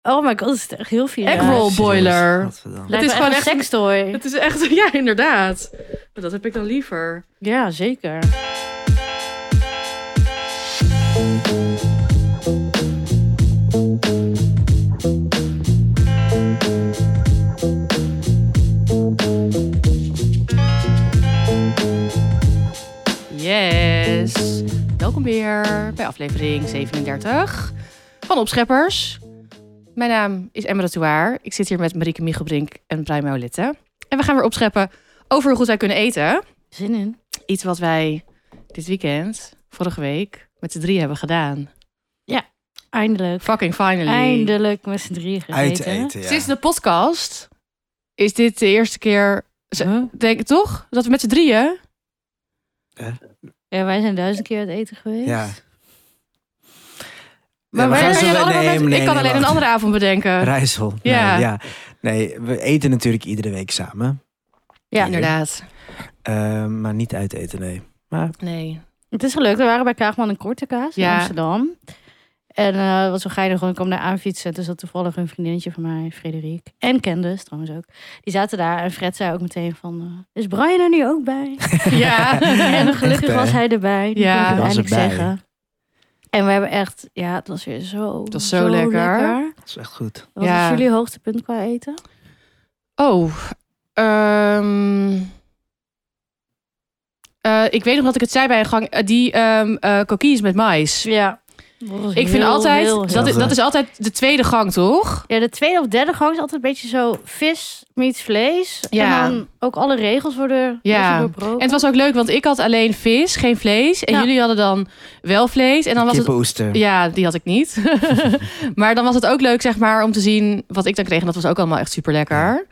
Oh my god, het is echt heel veel. Eggroll boiler. Het is gewoon echt een sextoy. Het is echt, ja, inderdaad. Dat heb ik dan liever. Ja, zeker. Yes. Welkom weer bij aflevering 37 van Opscheppers. Mijn naam is Emma de Touaar. Ik zit hier met Marieke Michelbrink en Brian Maulette. En we gaan weer opscheppen over hoe goed wij kunnen eten. Zin in. Iets wat wij dit weekend, vorige week, met z'n drieën hebben gedaan. Ja, eindelijk. Fucking finally. Eindelijk met z'n drieën gegeten. Uit eten, ja. Sinds de podcast is dit de eerste keer, denk ik toch, dat we met z'n drieën... Ja, wij zijn 1000 keer uit eten geweest. Ja. Maar we gaan zo- ik kan alleen een andere avond bedenken. Rijssel. Ja. Nee, ja. Nee, we eten natuurlijk iedere week samen. Ja, inderdaad. Maar niet uit eten, nee. Maar Nee. Het is gelukt. We waren bij Kaagman en Kortekaas in Ja. Amsterdam. En wat zo geinig, gewoon, ik kwam daar aanfietsen. Dus dat toevallig een vriendinnetje van mij, Frederik. En Candice trouwens ook. Die zaten daar en Fred zei ook meteen van... is Brian er nu ook bij? Ja. En gelukkig Echt, hè? was hij erbij. Die Ja. kon ik Was uiteindelijk erbij. zeggen. En we hebben echt... Ja, het was weer zo... Het was zo lekker. dat is echt goed. Wat Ja. was jullie hoogtepunt qua eten? Oh. Ik weet nog dat ik het zei bij een gang. Die coquilles met mais. Ja. Ik vind altijd... Dat is altijd de tweede gang, toch? Ja, de tweede of derde gang is altijd een beetje zo vis meets vlees. Ja. En dan ook alle regels worden Ja. doorbroken. En het was ook leuk, want ik had alleen vis, geen vlees. En Ja. jullie hadden dan wel vlees. En dan was het... Kippenoester. Ja, die had ik niet. Maar dan was het ook leuk, zeg maar, om te zien wat ik dan kreeg. En dat was ook allemaal echt super lekker.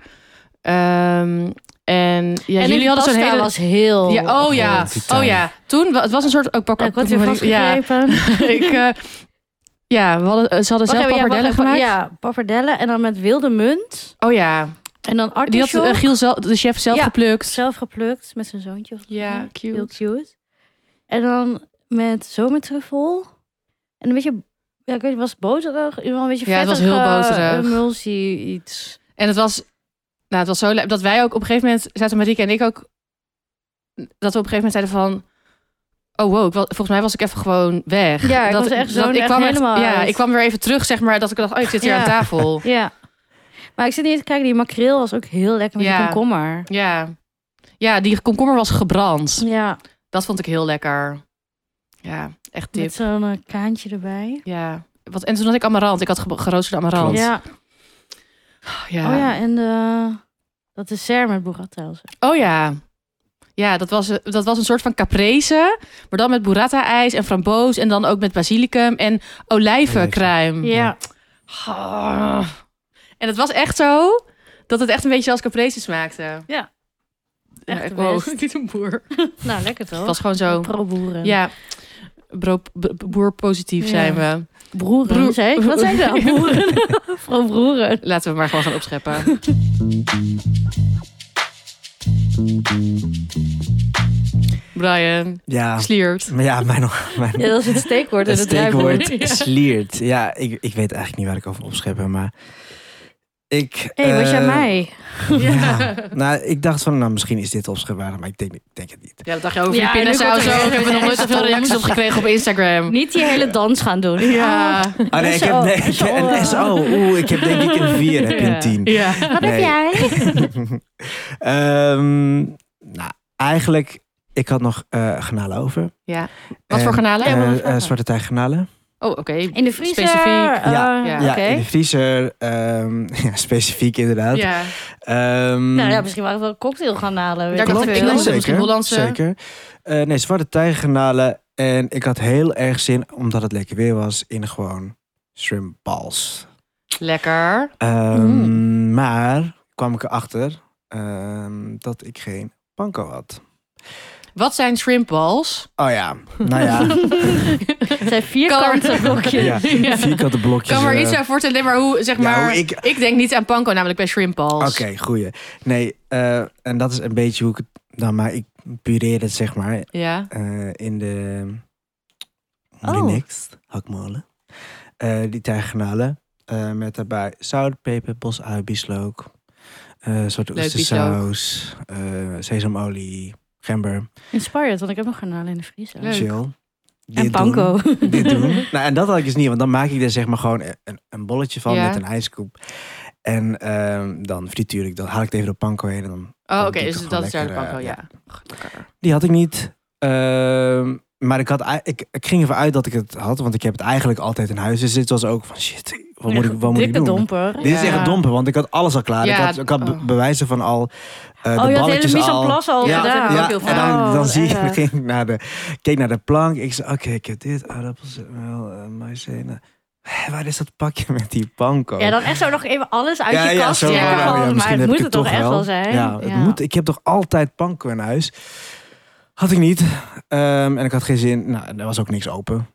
En ja, en jullie hadden zo'n hele... was heel... Ja, oh ja, Totaal. oh ja. Toen, het was een soort... Ook Ja, ik word weer ja, vastgegrepen. ja, ze hadden zelf pappardellen gemaakt. Ja, pappardellen en dan met wilde munt. Oh ja, En dan die had artichok. Giel zelf, de chef zelf Ja. geplukt. Zelf geplukt met zijn zoontje. Of Ja, zo. Heel cute. cute. En dan met zomertruffel. En een beetje... Ja, ik weet niet, was het boterig? Een beetje Ja, het was vettige heel boterig. emulsie iets. En het was zo leuk dat wij ook op een gegeven moment, zaten Marieke en ik ook, dat we op een gegeven moment zeiden van, oh wow, volgens mij was ik even gewoon weg. Ja, ik was echt zo ik echt kwam helemaal ja, uit. ik kwam weer even terug, zeg maar, dat ik dacht, oh, ik zit hier Ja. aan tafel. Ja. Maar ik zit niet te kijken, die makreel was ook heel lekker met Ja. die komkommer. Ja, die komkommer was gebrand. Ja, Dat vond ik heel lekker. Ja, echt tip. met zo'n kaantje erbij. Ja. En toen had ik amarant. Ik had geroosterde amarant. Ja. Ja. Oh ja, en dat dessert met burrata. Oh ja. Ja, dat was een soort van caprese. Maar dan met burrata-ijs en framboos. En dan ook met basilicum en olijvenkruim. Ja. Oh. En het was echt zo dat het echt een beetje als caprese smaakte. Ja. Echt de wow, best. niet een boer. Nou, lekker toch? Het was gewoon zo. Pro-boeren. Ja, boer-positief Ja. zijn we. Broeren, zei ik? Wat zijn dat? Boeren. Pro-broeren. Laten we maar gewoon gaan opscheppen. Brian, Ja. sliert. Maar ja, mijn Ja, dat is het steekwoord en het het draaiwoord. steekwoord sliert. Ja, ik weet eigenlijk niet waar ik over opscheppen, maar ik... Hé, was jij mij? Ja. Nou, ik dacht van, nou, misschien is dit opschepbaar, maar ik denk het niet. Ja, dat dacht je over Ja, die nu pindasaus komt er ook. Ik heb er nog nooit zoveel reacties op gekregen op Instagram. Niet die hele dans gaan doen. Ja. Oh nee, ik heb een SO. Oeh, ik heb denk ik een 4, heb je een 10. Ja. Wat Nee. heb jij? Nou, eigenlijk, ik had nog garnalen over. Ja. Wat voor garnalen? Ja, maar vragen. Zwarte tijggarnalen. Oh, oké. In de vriezer? Specifiek. Ja. Ja. Ja, Oké. in de vriezer. Ja, specifiek inderdaad. Ja. Nou ja, misschien waren het wel cocktailgarnalen. weet Daar ik dacht ik veel. Engelse, misschien Hollandse. Zeker. Nee, zwarte tijggarnalen. En ik had heel erg zin, omdat het lekker weer was, in gewoon shrimp balls. Lekker. Maar kwam ik erachter dat ik geen panko had. Wat zijn shrimp balls? Oh ja, nou ja. Het zijn vierkante blokjes. Ja, vierkante blokjes. Ik kan me er iets aan voorstellen, maar hoe, zeg Ja, maar... hoe ik denk niet aan panko, namelijk bij shrimp balls. Oké, goeie. Nee, en dat is een beetje hoe ik het... Nou, maar ik pureer het, zeg maar, Ja. in de... Oh. Morinex, hakmolen. Die tijggarnalen. Met daarbij zout, peper, bosui, bieslook. Zwarte Leuk, oestersaus. Sesamolie, gember. Inspired, want ik heb nog garnalen in de vriezer. Leuk. Chill. En Dit panko. doen, dit doen. Nou, en dat had ik dus niet, want dan maak ik er zeg maar gewoon een bolletje van Ja. met een ijskoep. En dan frituur ik, dan haal ik het even door panko heen. En dan, Oh, dan oké, doe ik dus het dat gewoon is daar de lekker, panko, ja. ja. Lekker. Die had ik niet. Maar ik ging ervan uit dat ik het had, want ik heb het eigenlijk altijd in huis. Dus dit was ook van shit, wat moet ik Dikke doen? domper. Dit is Ja. echt een domper, want ik had alles al klaar. Ja, Ik had bewijzen van al de je had hele balletjes mise en al. place al Ja, gedaan. dat heb ik Ja, ook heel en vaak. dan zie erg. ik, keek naar de plank. Ik zei, oké, ik heb dit, aardappels, maïzena. Waar is dat pakje met die panko? Ja, dan echt zo nog even alles uit je kast zo trekken. wel. van, maar misschien het heb moet ik het toch echt wel. wel zijn? Ja, het moet. Ik heb toch altijd panko in huis. Had ik niet. En ik had geen zin. Nou, er was ook niks open.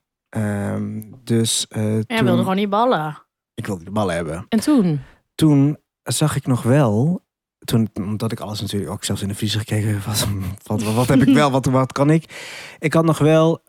Dus Jij toen, wilde gewoon niet ballen. ik wilde de ballen hebben. En toen? Toen zag ik nog wel, omdat ik alles natuurlijk ook zelfs in de vriezer gekeken was, wat heb ik wel, wat kan ik? Ik had nog wel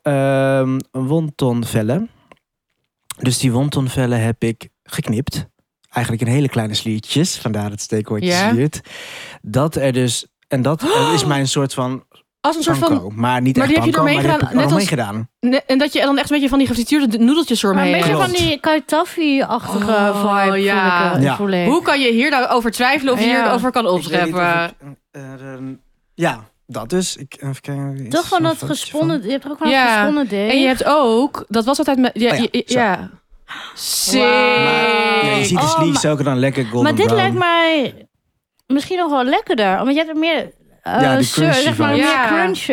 wontonvellen. Dus die wontonvellen heb ik geknipt. Eigenlijk in hele kleine sliertjes, vandaar het steekwoordje Ja. sliert. Dat er dus, en dat is mijn soort van Als een soort panko. van... Maar niet Maar echt die heb je panko, ermee maar die gedaan, heb ik net eromheen als- gedaan. En dat je dan echt een beetje van die gefrituurde noedeltjes Maar een eromheen... beetje Klopt. van die kaitaffi-achtige Oh, vibe ja. voel ik. Ja. Voel ik. Hoe kan je hier nou over twijfelen of je Ja. hierover kan Ik weet niet opscheppen? of ik, ja, dat dus. Even kijken. Toch van Is er dat een fotootje gesponnen... Je hebt er ook wel Ja. een gesponnen deeg. En je hebt ook... Dat was altijd met... Ja, Oh ja, zo. ja. Sick. Maar, ja, je ziet de Oh, sleeves ook dan lekker golden Maar dit brown. lijkt mij misschien nog wel lekkerder. Want je hebt er meer... Ja, die crunchy zeg maar, vibe. meer Ja. crunch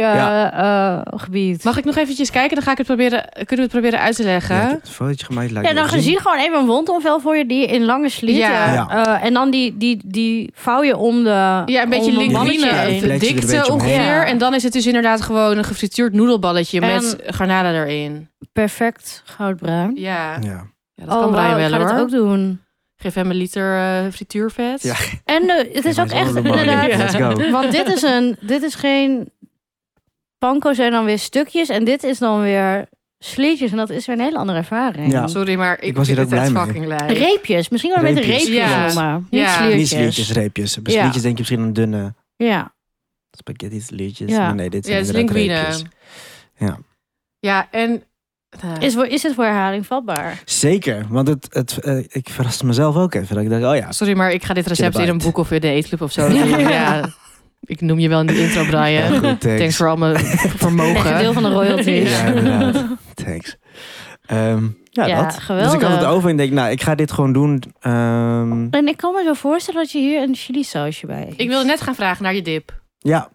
gebied. Mag ik nog eventjes kijken? Dan ga ik het proberen... Kunnen we het proberen uit te leggen? Ja, ik heb een fotootje gemaakt. laat ik Ja, dan even zien. zie je gewoon even een wondonvel voor je die in lange slieten. Ja. Ja. En dan die vouw je om de... Ja, een beetje om een balletje linguine, heen. Vletje er een dikte beetje omheen. ongeveer. Ja. En dan is het dus inderdaad gewoon een gefrituurd noedelballetje En- met garnalen erin. Perfect goudbruin. Ja, Ja. ja dat kan Brian ik wel ga hoor. dat ook doen. Geef hem een liter frituurvet. Ja. En het is ook echt inderdaad... Let's go. Want dit is geen... Panko zijn dan weer stukjes. En dit is dan weer slietjes. En dat is weer een hele andere ervaring. Ja. Sorry, maar ik was hier vind ook het blij echt mee. fucking lijp. Reepjes. Misschien wel met een Reepjes. reepjes Ja. noemen. Niet Ja. sliertjes. Niet sliertjes, reepjes. Bij Ja. sliertjes denk je misschien een dunne Ja. spaghetti sliertjes. Ja. Maar nee, dit Ja, zijn het is inderdaad linguine. reepjes. Ja. Ja, en... Is het voor herhaling vatbaar? Zeker, want ik verraste mezelf ook even. Dat ik dacht, oh ja, Sorry, maar ik ga dit recept in een bite. boek of in de eetclub of zo. Ja. Ik noem je wel in de intro, Brian. Ja, goed, thanks. Thanks voor al mijn Een vermogen. deel van de royalties. Ja, inderdaad. Thanks. Ja, Ja, dat. geweldig. Dus ik had het over en denk, nou, ik ga dit gewoon doen. En ik kan me zo voorstellen dat je hier een chili sausje bij hebt. Ik wilde net gaan vragen naar je dip. Ja.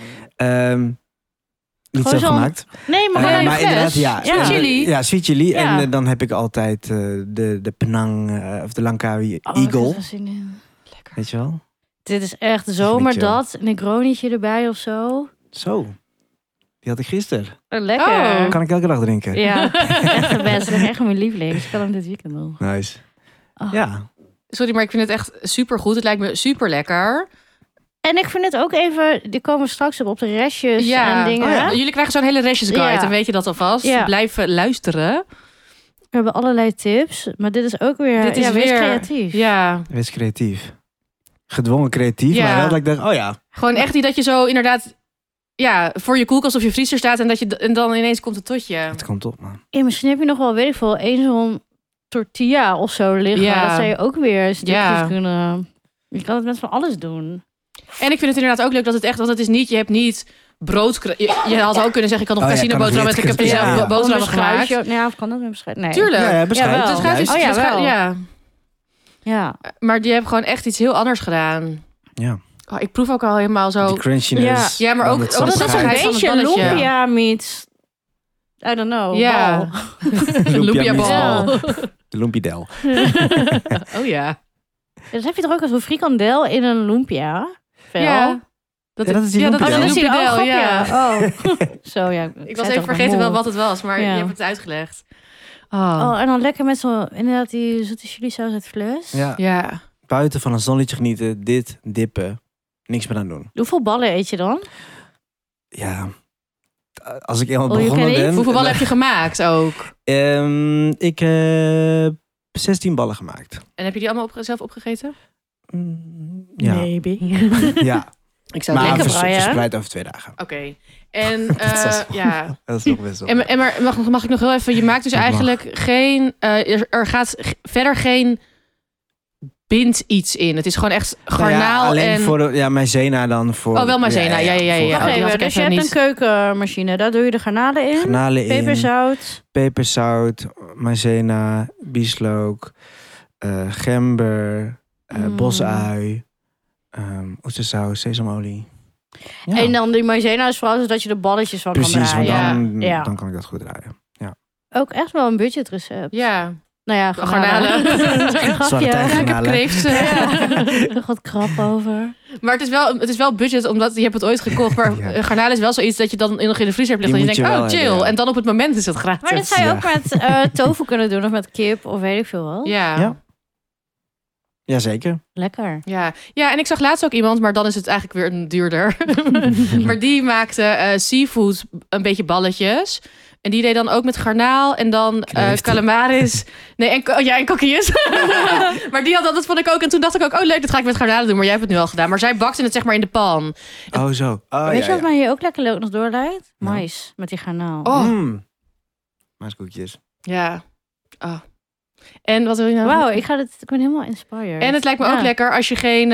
Niet Gewoon zelf zo'n- gemaakt. Nee, maar Nee, gewoon maar een inderdaad, fles. ja. Sweet chili. Ja, sweet chili. Ja. En dan heb ik altijd de Penang of de Langkawi Oh, ik heb Eagle. er zin in. Weet je wel? Dit is echt zomer chill. dat. Een Negronietje erbij of zo. Zo. Die had ik gisteren. Lekker. Oh. Kan ik elke dag drinken. Ja, echt de beste. Echt mijn lieveling. Ik kan hem dit weekend nog. Nice. Oh. Ja. Sorry, maar ik vind het echt super goed. Het lijkt me super lekker. En ik vind het ook even... Die komen straks op de restjes Ja. en dingen. Oh ja. Jullie krijgen zo'n hele restjesguide, Ja. dan weet je dat alvast. Ja. Blijf luisteren. We hebben allerlei tips. Maar dit is ook weer... Dit is ja, wees weer- creatief. Ja, Wees creatief. Gedwongen creatief, Ja. maar wel dat ik dacht, oh ja. gewoon echt die dat je zo inderdaad... Ja, voor je koelkast of je vriezer staat en dan ineens komt het tot je. Het komt op, man. Ja, misschien heb je nog wel, weet ik veel, één zo'n tortilla of zo liggen. Ja. Dat zou je ook weer stukjes Ja. kunnen... Je kan het met van alles doen. En ik vind het inderdaad ook leuk dat het echt... Want het is niet, je hebt niet brood... Je had ook kunnen zeggen, ik had nog Oh ja, casino kan nog boterham met ik niet. heb zelf Ja. boterhammen Of een gemaakt. beschuitje. Ja, of kan dat met beschuit? Nee. Tuurlijk. Ja, beschuit. Jawel. Het gaat Juist. dus, Oh ja, het gaat- wel. ja. Ja. Maar die hebben gewoon echt iets heel anders gedaan. Ja. Oh, ik proef ook al helemaal zo... Die crunchiness. Ja, maar dan ook- het ook Dat is sappigheid een van het beetje balletje. lumpia meets... I don't know. Ja. bal. Lumpia met- bal. De lumpidel. Oh ja. Dus heb je toch ook als een frikandel in een lumpia? Vel? Ja. Ja, dat is die ja, dat is lumpia. een die lumpidel, grapje. ja. Oh. Zo, ja. Ik was even vergeten wel wat het was, maar Ja. je hebt het uitgelegd. Oh. Oh, en dan lekker met zo inderdaad die zoete chili saus uit fles. Ja. Ja. Buiten van een zonnetje genieten, dit, dippen, niks meer aan doen. Hoeveel ballen eet je dan? Ja. Als ik eenmaal All you begonnen can eat? ben... Hoeveel ballen heb je gemaakt ook? Ik heb 16 ballen gemaakt. En heb je die allemaal zelf opgegeten? Ja. Maybe. Ja, Ik zou maar denken... lekker, Brian. verspreid over 2 dagen. Oké. En Dat is ja... Dat is nog best wel. En maar mag ik nog heel even... Je maakt dus Dat mag. eigenlijk geen... er gaat verder geen bind iets in. Het is gewoon echt garnaal alleen en... voor de maizena dan voor. Oh, wel maizena. Ja. Wacht die had even, ik dus je even hebt niet. een keukenmachine. Daar doe je de garnalen in. Garnalen in. Peperzout. Maizena, bieslook, gember, bosui, oestersaus, sesamolie. Ja. En dan die maizena is vooral zodat je de balletjes van Precies, kan want draaien. dan, Ja. dan kan ik dat goed draaien. Ook echt wel een budgetrecept. Ja. Nou ja, Garnalen. Een Zwarte grapje. tijger. Ik heb kreeft. Er gaat krap over. Maar het is wel budget, omdat je hebt het ooit gekocht. Maar Ja. garnalen is wel zoiets dat je dan nog in de vriezer hebt liggen. Die En je moet denkt, je oh wel chill. hebben, ja. En dan op het moment is het gratis. Maar dat zou je Ja. ook met tofu kunnen doen. Of met kip of weet ik veel wat. Ja. Ja. Jazeker. Lekker. Ja, en ik zag laatst ook iemand, maar dan is het eigenlijk weer een duurder. Maar die maakte seafood een beetje balletjes. En die deed dan ook met garnaal en dan Kreeft. calamaris. Nee, en kokkies. Maar die had dat vond ik ook. En toen dacht ik ook, oh leuk, dat ga ik met garnalen doen. Maar jij hebt het nu al gedaan. Maar zij bakte het zeg maar in de pan. Oh, zo. Oh, Weet je ja, wat mij hier ook lekker leuk nog doorlijkt? Nou. Mais met die garnaal. Oh. Maaskoekjes. Ja. Oh. En wat wil je nou? Wauw, ik ben helemaal inspired. En het lijkt me ook lekker als je geen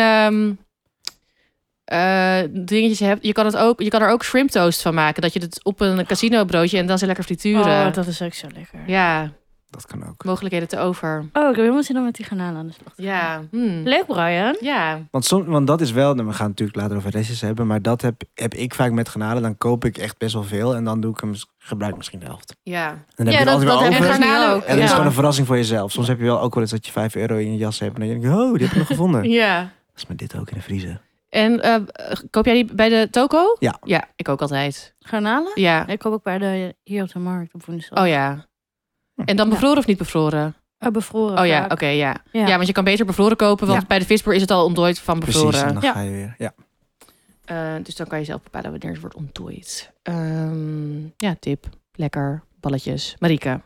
dingetjes hebt. Je kan er ook shrimp toast van maken. Dat je het op een casino broodje en dan zo lekker frituren. Oh, dat is ook zo lekker. Ja, Dat kan ook. mogelijkheden te over. Oh, ik heb helemaal zin om met die garnalen aan de slag te gaan. Ja. Leuk, Brian. Ja. Want dat is wel, we gaan natuurlijk later over restjes hebben, maar dat heb ik vaak met garnalen. Dan koop ik echt best wel veel en dan doe ik hem, gebruik ik misschien de helft. Ja. En dan heb je het dat altijd wel heb over. ik garnalen ook. En dat is Ja. gewoon een verrassing voor jezelf. Soms heb je wel ook wel eens dat je €5 in je jas hebt. En dan denk je, oh, die heb ik nog gevonden. Ja. Dat is met dit ook in de vriezer. En koop jij die bij de toko? Ja. Ja, ik ook altijd. Garnalen? Ja. Ik koop ook bij hier op de markt op woensdag. Oh ja. En dan bevroren of niet bevroren? Bevroren. Oh ja, vaak. oké, ja. Ja. Ja, want je kan beter bevroren kopen, want Ja. bij de visboer is het al ontdooid van bevroren. Precies, en dan Ja. ga je weer. Ja. Dus dan kan je zelf bepalen wanneer het wordt ontdooid. Ja, tip. Lekker. Balletjes. Marieke.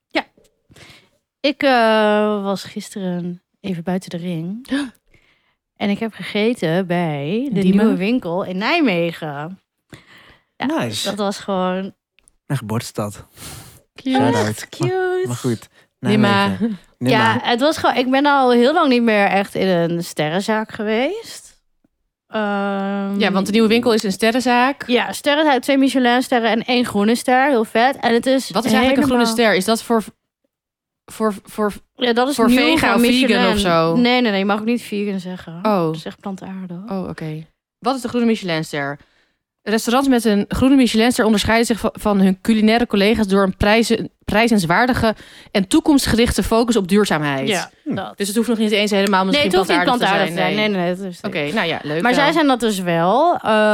Ik was gisteren even buiten de ring. En ik heb gegeten bij de Diemen? nieuwe winkel in Nijmegen. Ja, Nice. Dat was gewoon Mijn geboortestad. Cute. Shout-out. cute. Maar goed. Nimma. Nijmegen. Ja, het was gewoon. Ik ben al heel lang niet meer echt in een sterrenzaak geweest. Ja, want de nieuwe winkel is een sterrenzaak. Ja, sterrenzaak, 2 Michelinsterren en 1 groene ster. Heel vet. En het is Wat is eigenlijk een groene helemaal- ster? Is dat voor Ja, dat is voor nieuw vega van of Michelin. vegan of zo? Nee, je mag ook niet vegan zeggen. Oh. Dat is echt plantaardig. Oh, oké. Wat is de groene Michelinster? Restaurants met een groene Michelinster onderscheiden zich van hun culinaire collega's door een prijzenswaardige en toekomstgerichte focus op duurzaamheid. Ja, dat. Dus het hoeft nog niet eens helemaal Nee, misschien het hoeft niet plantaardig te plantaardig zijn. te zijn. Nee, dat is het Oké, niet. nou ja, leuk. Maar wel. zij zijn dat dus wel.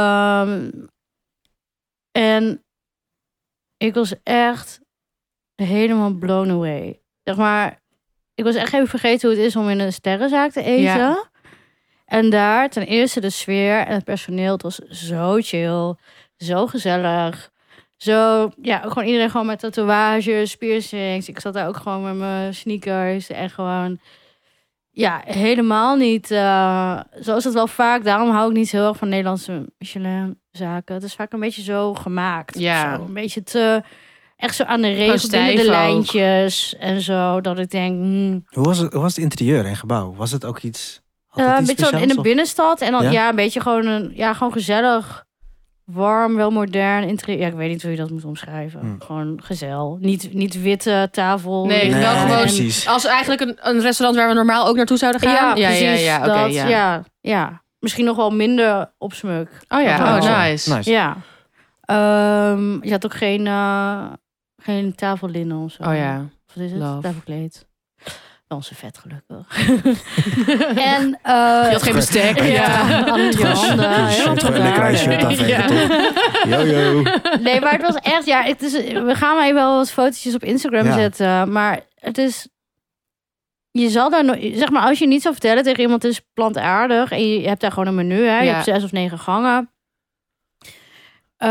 En ik was echt helemaal blown away. Zeg maar, ik was echt even vergeten hoe het is om in een sterrenzaak te eten. Ja. En daar ten eerste de sfeer en het personeel. Het was zo chill, zo gezellig. Zo, ja, ook gewoon iedereen gewoon met tatoeages, piercings. Ik zat daar ook gewoon met mijn sneakers en gewoon... Ja, helemaal niet. Zoals het wel vaak. Daarom hou ik niet zo heel erg van Nederlandse Michelin-zaken. Het is vaak een beetje zo gemaakt. Ja. Zo. Een beetje te... Echt zo aan de regels, stijf binnen de ook. lijntjes en zo. Dat ik denk... Hoe was het interieur en gebouw? Was het ook iets... had dat een iets beetje zo in speciaals, de of- binnenstad. En dan Ja? een beetje gewoon gewoon gezellig. Warm, wel modern interieur. Ja, ik weet niet hoe je dat moet omschrijven. Gewoon gezel. Niet witte tafel. Nee, Nee, wel gewoon precies. als eigenlijk een restaurant waar we normaal ook naartoe zouden gaan. Ja, precies. ja. Oké, dat, ja. ja. Misschien nog wel minder opsmuk. Oh ja, Dat oh wel. nice. Nice. Ja. Je had ook geen tafellinnen of zo. Oh ja. Wat is het? Love. Tafelkleed. Wel onze vet gelukkig. En Je had geen bestek. Ja, aan je handen. Je Heel shirt gewoon lekker aan je shirt afvegen, Ja. toch? Yo. Nee, maar het was echt... Ja, we gaan maar wel wat fotootjes op Instagram Ja. zetten. Maar het is... Je zal daar... Zeg maar, als je niet zou vertellen tegen iemand... Het is plantaardig en je hebt daar gewoon een menu. Hè? Je Ja. hebt 6 of 9 gangen.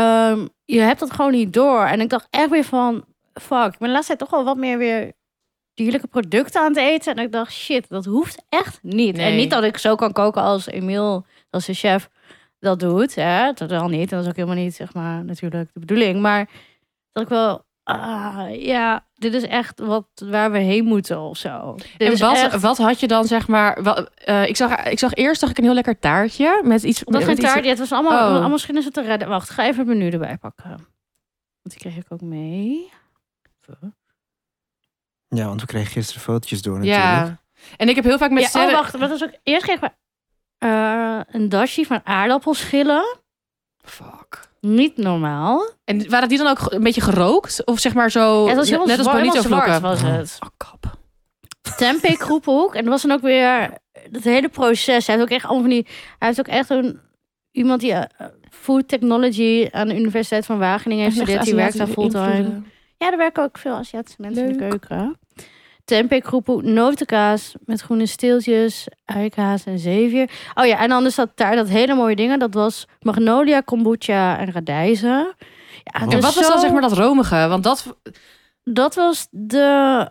Je hebt dat gewoon niet door. En ik dacht echt weer van... Fuck, ik ben de laatste tijd toch wel wat meer weer dierlijke producten aan het eten. En ik dacht, shit, dat hoeft echt niet. Nee. En niet dat ik zo kan koken als Emiel, als de chef, dat doet. Hè? Dat wel niet. En dat is ook helemaal niet, zeg maar, natuurlijk de bedoeling. Maar dat ik wel, dit is echt waar we heen moeten of zo. Dit En is wat, echt- wat had je dan, zeg maar... ik zag eerst een heel lekker taartje met iets... Dat geen met iets- taart, het was allemaal Oh. misschien is het te redden. Wacht, ga even het menu erbij pakken. Want die kreeg ik ook mee. Ja, want we kregen gisteren fotootjes door natuurlijk. Ja. En ik heb heel vaak met Ja, sterren... wacht, dat is ook... Eerst kregen we een dashi van aardappelschillen. Fuck. Niet normaal. En waren die dan ook een beetje gerookt? Of zeg maar zo... Ja, het was helemaal net als zwart, bonito helemaal zwart vlokken? was het. Oh, kap. Tempeh kroephoek. En dat was dan ook weer het hele proces. Hij heeft ook echt allemaal van die... Hij heeft ook echt iemand die food technology aan de Universiteit van Wageningen heeft gestudeerd. Die werkt daar fulltime. Ja, er werken ook veel Aziatische mensen in de Leuk. keuken. Tempeh kroephoek, notenkaas met groene steeltjes, eikaas en zeewier. Oh ja, en dan is dat hele mooie dingen. Dat was magnolia, kombucha en radijzen. Ja, En En wat was dan zeg maar dat romige? Want Dat was de...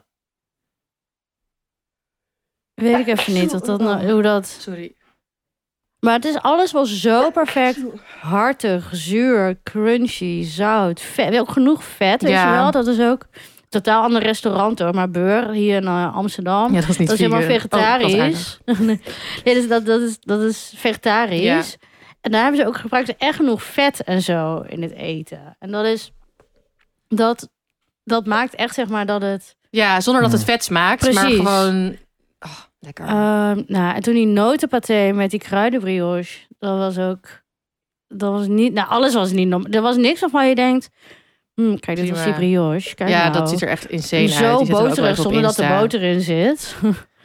Weet ik even niet hoe dat... Sorry. Maar alles was zo perfect. Hartig, zuur, crunchy, zout, vet. Ook genoeg vet, weet Ja. je wel. Dat is ook totaal ander restaurant hoor. Maar Beur, hier in Amsterdam. Ja, dat is niet Dat is helemaal vegan. vegetarisch. Nee, dus dat is vegetarisch. Ja. En daar hebben ze ook gebruikt echt genoeg vet en zo in het eten. En dat is... Dat maakt echt, zeg maar, dat het... Ja, zonder dat het vet smaakt. Maar Precies. gewoon... Oh, lekker. En toen die notenpaté met die kruidenbrioche, dat was ook... Dat was niet... Nou, alles was niet normaal. Er was niks waarvan je denkt... kijk, dit was die Prima. brioche. Kijk ja, nou. dat ziet er echt insane uit. Zo Die zetten we ook wel boterig, even op zonder dat er Insta. boter in zit.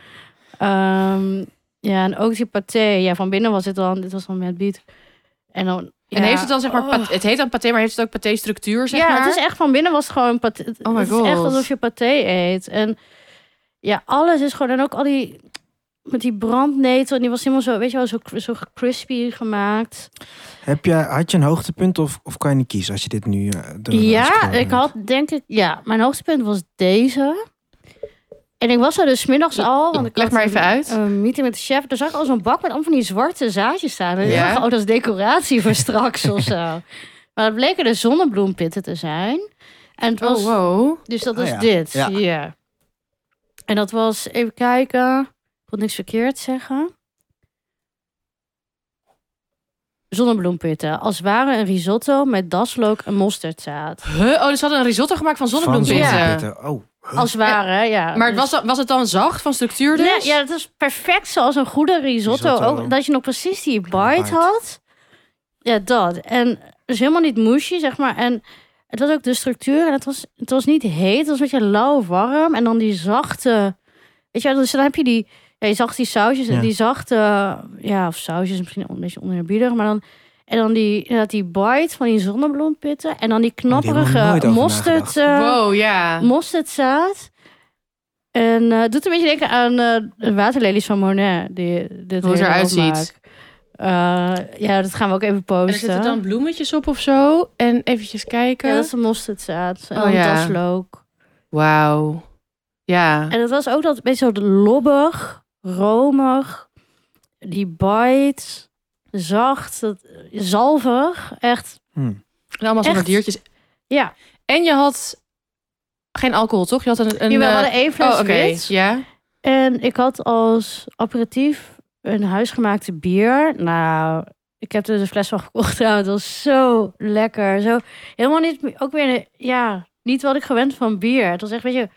Ja, en ook die paté. Ja, van binnen was dit was dan met biet. En dan... En ja, heeft het dan zeg maar... oh. Het heet dan paté, maar heeft het ook paté structuur, zeg ja, maar? het is echt van binnen was het gewoon paté. Oh my het is god. echt alsof je paté eet. En ja, alles is gewoon... En ook al die... Met die brandnetel. En die was helemaal zo, weet je wel, zo crispy gemaakt. Had je een hoogtepunt of kan je niet kiezen als je dit nu... Ja, ik had denk ik... Ja, mijn hoogtepunt was deze. En ik was er dus 's middags al. Want ik Leg had maar even uit. een meeting met de chef. Daar zag ik al zo'n bak met allemaal van die zwarte zaadjes staan. En ik Ja. dacht, dat is decoratie voor straks of zo. Maar het bleken dus zonnebloempitten te zijn. En het was... Oh, wow. Dus dat Oh is ja. dit. Ja. Ja. En dat was... Even kijken. Ik wil niks verkeerd zeggen. Zonnebloempitten. Als ware een risotto met daslook en mosterdzaad. Huh? Oh, dus ze hadden een risotto gemaakt van Van zonnebloempitten. zonnebloempitten. Oh. Als ware, ja. Maar Dus- was het dan zacht van structuur dus? Nee, ja, het is perfect zoals een goede risotto. Risotto. Ook dat je nog precies die bite bite. had. Ja, dat. En dus helemaal niet mushy, zeg maar. En het was ook de structuur. En het was niet heet. Het was een beetje lauw warm. En dan die zachte... Weet je wel, dus dan heb je die... Ja, je zag die sausjes en Ja. die zachte... Ja, of sausjes misschien een beetje oneerbiedig. Maar dan... En dan die bite van die zonnebloempitten. En dan die heb ik nog nooit knapperige over mosterd... Wow, ja. mosterdzaad. En het doet een beetje denken aan de waterlelies van Monet. Die dit Hoe het hele eruit opmaakt. ziet. Ja, dat gaan we ook even En er posten. zitten dan bloemetjes op of zo. En eventjes kijken. Ja, dat is een mosterdzaad. En Oh, dan ja. daslook. Wauw. Ja. En het was ook dat beetje zo lobbig, romig. Die bite, zacht, zalvig. Echt, Hm. En allemaal zo'n Echt? diertjes. ja. En je had geen alcohol, toch? Je had een We hadden één fles oh, oké. wit. Ja. En ik had als aperitief een huisgemaakte bier. Nou, ik heb er dus een fles van gekocht. Nou, het was zo lekker. Zo, helemaal niet, ook weer, niet wat ik gewend van bier. Het was echt, weet je,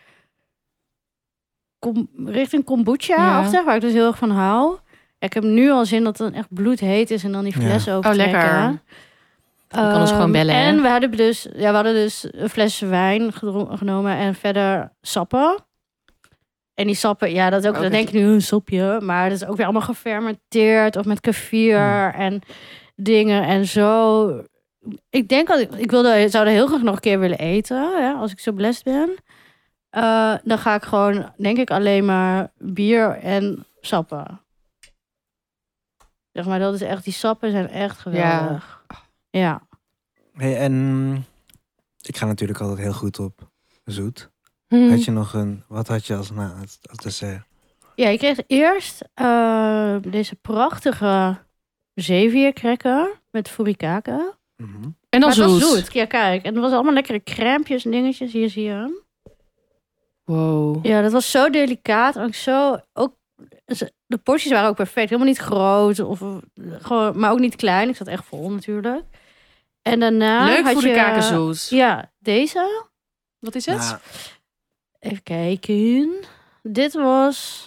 richting kombucha-achtig, waar ik dus heel erg van hou. Ja, ik heb nu al zin dat het echt bloedheet is en dan die fles Oh, opentrekken. lekker. Je kan ons gewoon bellen, hè? En we hadden dus een fles wijn genomen en verder sappen. En die sappen, ja, dat is ook, Ook dan denk je nu een sopje. Maar dat is ook weer allemaal gefermenteerd of met kefir en dingen en zo. Ik denk dat ik zou er heel graag nog een keer willen eten, ja, als ik zo blessed ben. Dan ga ik gewoon, denk ik, alleen maar bier en sappen. Zeg maar, dat is echt, die sappen zijn echt geweldig. Ja. Hey, en ik ga natuurlijk altijd heel goed op zoet. Had je nog wat had je als dessert? Ja, ik kreeg eerst deze prachtige zeeviercracker met furikake. Mhm. En dan Maar het was zoet. zoet. Ja, kijk. En het was allemaal lekkere crèmpjes en dingetjes. Hier zie je hem. Wow. Ja, dat was zo delicaat. En ook de porties waren ook perfect. Helemaal niet groot. Gewoon, maar ook niet klein. Ik zat echt vol natuurlijk. En daarna Leuk had voor de je... kakenzoet. Ja, deze. Wat is het? Nou, Even kijken. Dit was...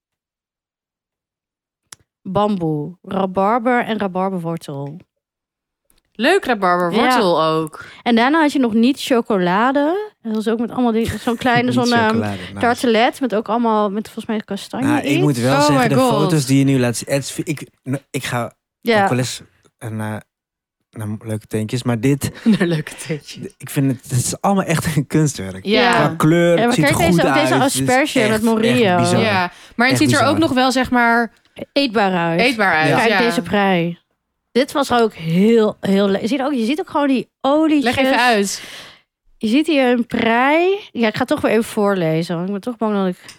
bamboe. Rabarber en rabarberwortel. Leuk rabarberwortel ook. En daarna had je nog niet chocolade. Dat was ook met allemaal dingen. Zo'n kleine, niet zo'n chocolade, nice. tartelet. Met ook allemaal, met volgens mij kastanje Nou, ik in. moet wel Oh zeggen, my de God. foto's die je nu laat zien. Ik ga ook Ja, wel eens naar leuke tentjes. Maar dit, Leuke teentje. ik vind het is allemaal echt een kunstwerk. Ja. Qua kleur, Ja, maar het ziet er kijk goed deze- uit. deze Het is asperge echt- met Morillo. echt bizar. Ja, maar het Echt ziet er bizar. ook nog wel, zeg maar, eetbaar uit. eetbaar uit. Ja. Kijk Ja. deze prei. Dit was ook heel lekker. Je ziet ook gewoon die olietjes. Leg even uit. Je ziet hier een prei. Ja, ik ga het toch weer even voorlezen. Want ik ben toch bang dat ik...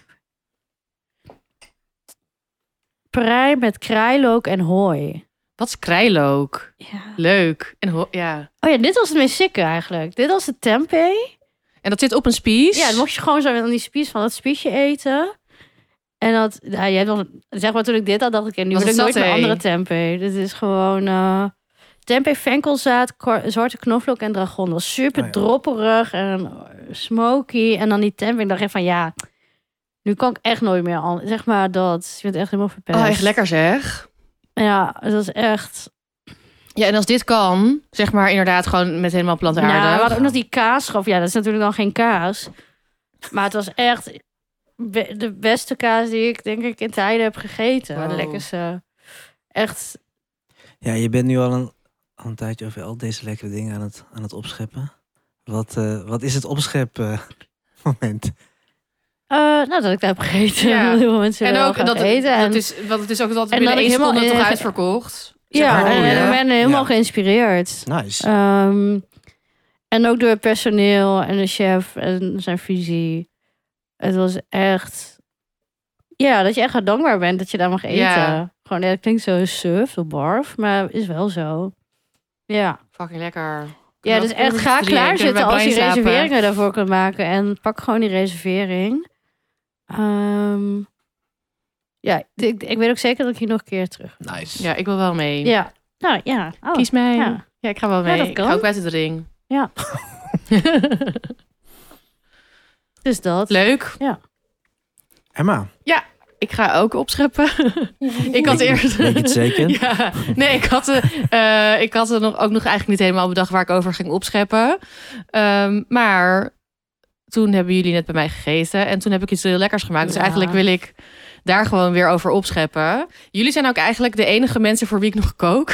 Prei met kruilook en hooi. Wat is krijlook? Ja. Leuk. En ja. Oh ja, dit was het meest sikke eigenlijk. Dit was de tempeh. En dat zit op een spies. Ja, dan mocht je gewoon zo aan die spies van dat spiesje eten. En dat, ja, jij hebt nog, zeg maar toen ik dit had, dacht ik, nu Was wil ik het nooit meer saté? andere tempeh. Dit is gewoon tempeh, venkelzaad, zwarte knoflook en dragon. Dat was super Oh ja. dropperig en smoky. En dan die tempeh. Ik dacht echt van, ja, nu kan ik echt nooit meer aan. Zeg maar dat. Je bent echt helemaal verpest. Oh, echt lekker zeg. Ja, het was echt... Ja, en als dit kan, zeg maar inderdaad gewoon met helemaal Nou, we plantaardig. hadden ook nog die kaasschaf. Ja, dat is natuurlijk dan geen kaas. Maar het was echt de beste kaas die ik denk ik in tijden heb gegeten. Wow. De lekkerste. Echt. Ja, je bent nu al een tijdje over al deze lekkere dingen aan het opscheppen. Wat is het opschep moment? Nou, dat ik daar heb gegeten. Ja. Heel veel mensen En willen ook, graag dat, eten. En, dat is, want het is ook dat en binnen dat 1 ik helemaal seconde toch in- uitverkocht. Zeg ja, maar. Oh, en ja. ik ben helemaal Ja. geïnspireerd. Nice. En ook door het personeel en de chef en zijn visie. Het was echt... Ja, dat je echt dankbaar bent dat je daar mag eten. Ja. Gewoon, ja, dat klinkt zo suf, zo barf, maar is wel zo. Ja. Fucking lekker. Ja, dus echt ga klaar zitten als je reserveringen daarvoor kunt maken. En pak gewoon die reservering. Ja, ik weet ook zeker dat ik hier nog een keer terug. Nice. Ja, ik wil wel mee. Ja. Nou, ja. Oh, Kies mij. ja. Ja, ik ga wel mee. dat Ik kan. ga ook buiten de ring. Ja. Dus dat. Leuk. Emma, Ik ga ook opscheppen. Ik had eerst... weet je het zeker? Ja, nee, ik had er ook nog eigenlijk niet helemaal bedacht waar ik over ging opscheppen. Maar toen hebben jullie net bij mij gegeten. En toen heb ik iets heel lekkers gemaakt. Dus Ja. eigenlijk wil ik daar gewoon weer over opscheppen. Jullie zijn ook eigenlijk de enige mensen voor wie ik nog kook.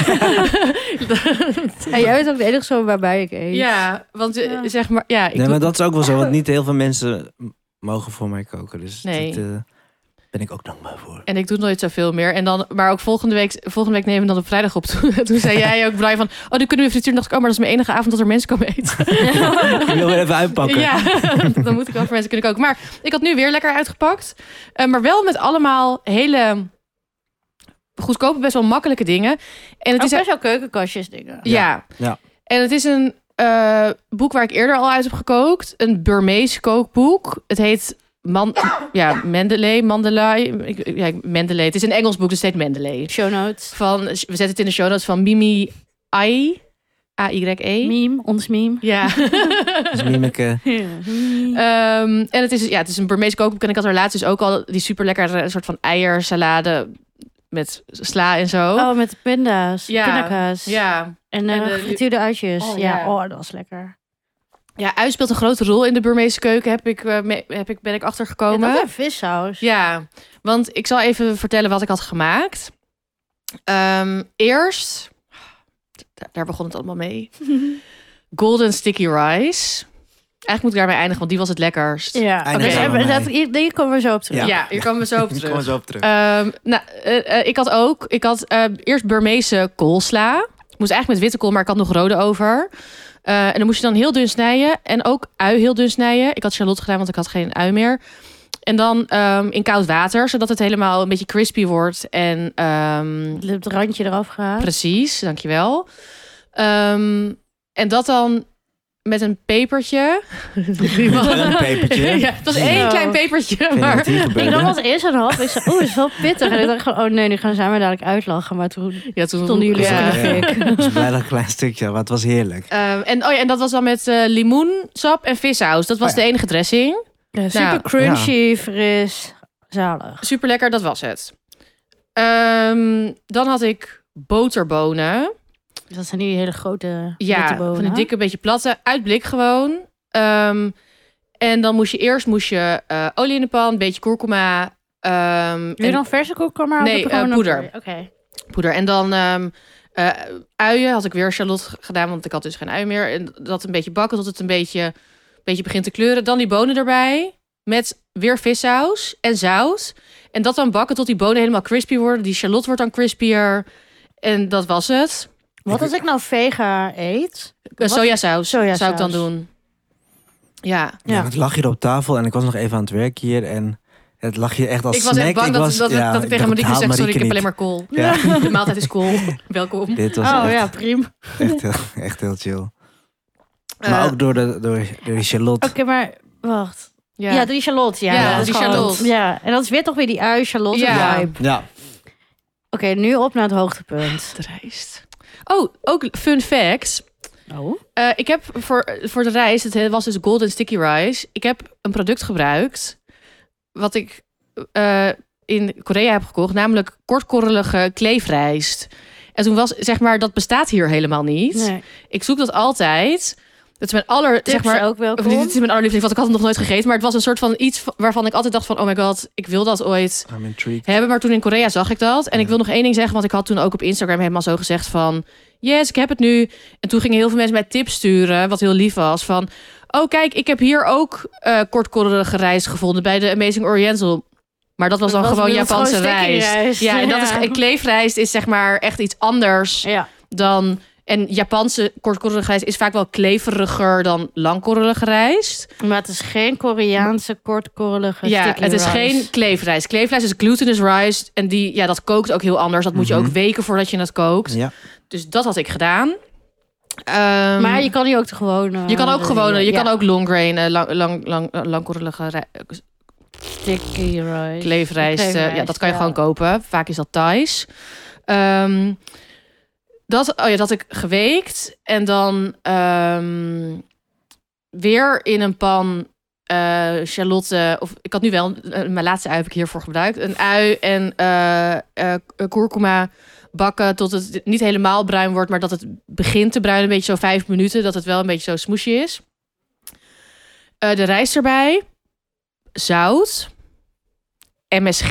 En jij bent ook de enige zo waarbij ik eet. Ja, want Ja. zeg maar... Ja, ik Nee, doe- maar dat is ook wel zo, want niet heel veel mensen mogen voor mij koken. Dus Nee. dit ben ik ook dankbaar voor. En ik doe nooit zoveel meer. En dan, maar ook volgende week nemen we dan op vrijdag op. Toen zei jij ook, Brian, van... Oh, nu kunnen we frituur. Dacht ik, maar dat is mijn enige avond dat er mensen komen eten. Ik wil weer even uitpakken. Ja, dan moet ik wel voor mensen kunnen koken. Maar ik had nu weer lekker uitgepakt. Maar wel met allemaal hele goedkope, best wel makkelijke dingen. En het Ook is best wel keukenkastjes dingen. ja. Ja. En het is een boek waar ik eerder al uit heb gekookt. Een Burmees kookboek. Het heet Mendeley. Mendeley. Het is een Engels boek, dus het heet Mendeley. Show notes. We zetten het in de show notes van Mimi Ai. A-Y-E. Meme, ons meme. Ja. Dus Mimeke. En het is een Burmees kookboek. En ik had er laatst dus ook al die super lekkere soort van eiersalade met sla en zo. Oh, met de pinda's. Ja. Pindakaas. Ja. En En de- gefrituurde uitjes. Oh, ja. ja. Oh, dat was lekker. Ja, ui speelt een grote rol in de Burmeese keuken, ben ik En achtergekomen. ook een vissaus. Ja, want ik zal even vertellen wat ik had gemaakt. Eerst, daar begon het allemaal mee. Golden sticky rice. Eigenlijk moet ik daarmee eindigen, want die was het lekkerst. Ja, Eindig oké. zo bij mij. Hier komen we zo op terug. Ja, hier komen we zo op Ik kom er terug. zo op terug. Ik had eerst Burmeese koolsla. Ik moest eigenlijk met witte kool, maar ik had nog rode over. En dan moest je dan heel dun snijden. En ook ui heel dun snijden. Ik had shallot gedaan, want ik had geen ui meer. En dan in koud water, zodat het helemaal een beetje crispy wordt. En Het randje eraf gaat. precies, dankjewel. En dat dan met een pepertje. Een pepertje. Ja, het was één Ja. klein pepertje. Weet je Maar wat hier Ik gebeurde? nam als eerste een hap. Ik zei, het is wel pittig. En ik dacht gewoon, nu gaan ze mij dadelijk uitlachen. Maar toen ja, toen stonden jullie ja. zo in de fik. Ik was blij dat een klein stukje, maar het was heerlijk. En dat was dan met limoensap en vissaus. Dat was Oh ja. de enige dressing. Ja, super Nou, crunchy, fris, zalig. Super lekker, dat was het. Dan had ik boterbonen. Dat zijn die hele grote Ja, bitterbonen. van die dikke, beetje platte. Uit blik gewoon. En dan moest je olie in de pan, een beetje kurkuma. Wil je dan verse kurkuma? Nee, poeder. Oké. Poeder. En dan uien had ik weer shallot gedaan, want ik had dus geen ui meer. En dat een beetje bakken tot het een beetje begint te kleuren. Dan die bonen erbij met weer vissaus en zout. En dat dan bakken tot die bonen helemaal crispy worden. Die shallot wordt dan crispier. En dat was het. Wat als ik nou vega eet? Sojasaus zou ik Sojasaus. dan doen. Ja. Ja, het lag hier op tafel en ik was nog even aan het werk hier en het lag hier echt als Ik was snack. echt bang dat ik tegen dacht, Marieke haal zeg, sorry, ik heb niet. alleen maar kool. Ja. De maaltijd is kool. Welkom. Dit was Oh echt, ja, prima. echt heel chill. Maar ook door die shallot. Oké, maar wacht. Ja, die shallot. Ja, Ja, dat is die gewoon- shallot. Ja, en dat is weer toch weer die ui shallot Ja. vibe. Ja. Oké, nu op naar het hoogtepunt. De rijst. Oh, ook fun fact. Oh. Ik heb voor de rijst, het was dus golden sticky rice. Ik heb een product gebruikt wat ik in Korea heb gekocht, namelijk kortkorrelige kleefrijst. En toen was, zeg maar, dat bestaat hier helemaal niet. Nee. Ik zoek dat altijd. Dat is mijn Tips ook welkom. Dit is mijn allerliefste, want ik had het nog nooit gegeten. Maar het was een soort van iets waarvan ik altijd dacht van, oh my god, ik wil dat ooit I'm intrigued. hebben. Maar toen in Korea zag ik dat. En Ja. ik wil nog één ding zeggen, want ik had toen ook op Instagram helemaal zo gezegd van, yes, ik heb het nu. En toen gingen heel veel mensen mij tips sturen, wat heel lief was. Van, oh kijk, ik heb hier ook kortkorrelige rijst gevonden bij de Amazing Oriental. Maar dat was dan gewoon Japanse sticky rijst. Ja, en dat is en kleefrijst is zeg maar echt iets anders Ja. dan. En Japanse kortkorrelige rijst is vaak wel kleveriger dan langkorrelige rijst. Maar het is geen Koreaanse kortkorrelige Ja, sticky het is rice. geen kleefrijst. Kleefrijst is glutinous rice. En dat kookt ook heel anders. Dat moet je ook weken voordat je het kookt. Ja. Dus dat had ik gedaan. Maar je kan die ook de gewone... je kan ook gewoon, je ja, kan ook long grain, langkorrelige sticky rice. kleefrijst. Ja, dat kan je gewoon kopen. Vaak is dat Thais. Dat had ik geweekt. En dan weer in een pan shallotte. Of ik had nu wel, mijn laatste ui heb ik hiervoor gebruikt. Een ui en kurkuma bakken tot het niet helemaal bruin wordt. Maar dat het begint te bruinen. Een beetje zo 5 minuten. Dat het wel een beetje zo smoesje is. De rijst erbij. Zout. MSG.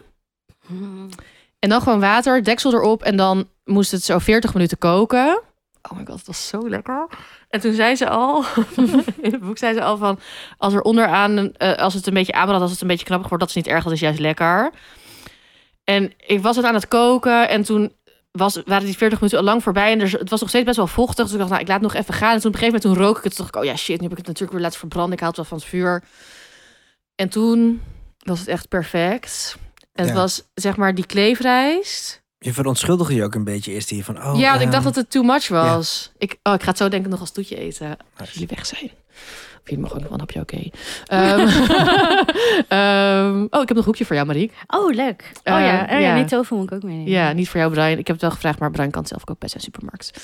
En dan gewoon water, deksel erop. En dan moest het zo 40 minuten koken. Oh my god, het was zo lekker. En toen zei ze al, in het boek zei ze al van, als er onderaan, als het een beetje aanbrandt, als het een beetje knappig wordt, dat is niet erg, dat is juist lekker. En ik was het aan het koken en toen waren die 40 minuten al lang voorbij. En het was nog steeds best wel vochtig. Dus ik dacht, nou, ik laat het nog even gaan. En toen op een gegeven moment, toen rook ik het. Toen dacht ik, oh ja, shit, nu heb ik het natuurlijk weer laten verbranden. Ik haal het wel van het vuur. En toen was het echt perfect. En het was, zeg maar, die kleefrijst. Je verontschuldigde je ook een beetje eerst hier van... Oh, ja, want ik dacht dat het too much was. Ik ga het zo denk ik nog als toetje eten. Als jullie weg zijn. Of jullie mogen ook nog wel een hapje, oké. Ik heb nog een hoekje voor jou, Marieke. Oh, leuk. Ja, niet tofu moet ik ook meenemen. Ja, niet voor jou, Brian. Ik heb het wel gevraagd, maar Brian kan het zelf ook bij zijn supermarkt.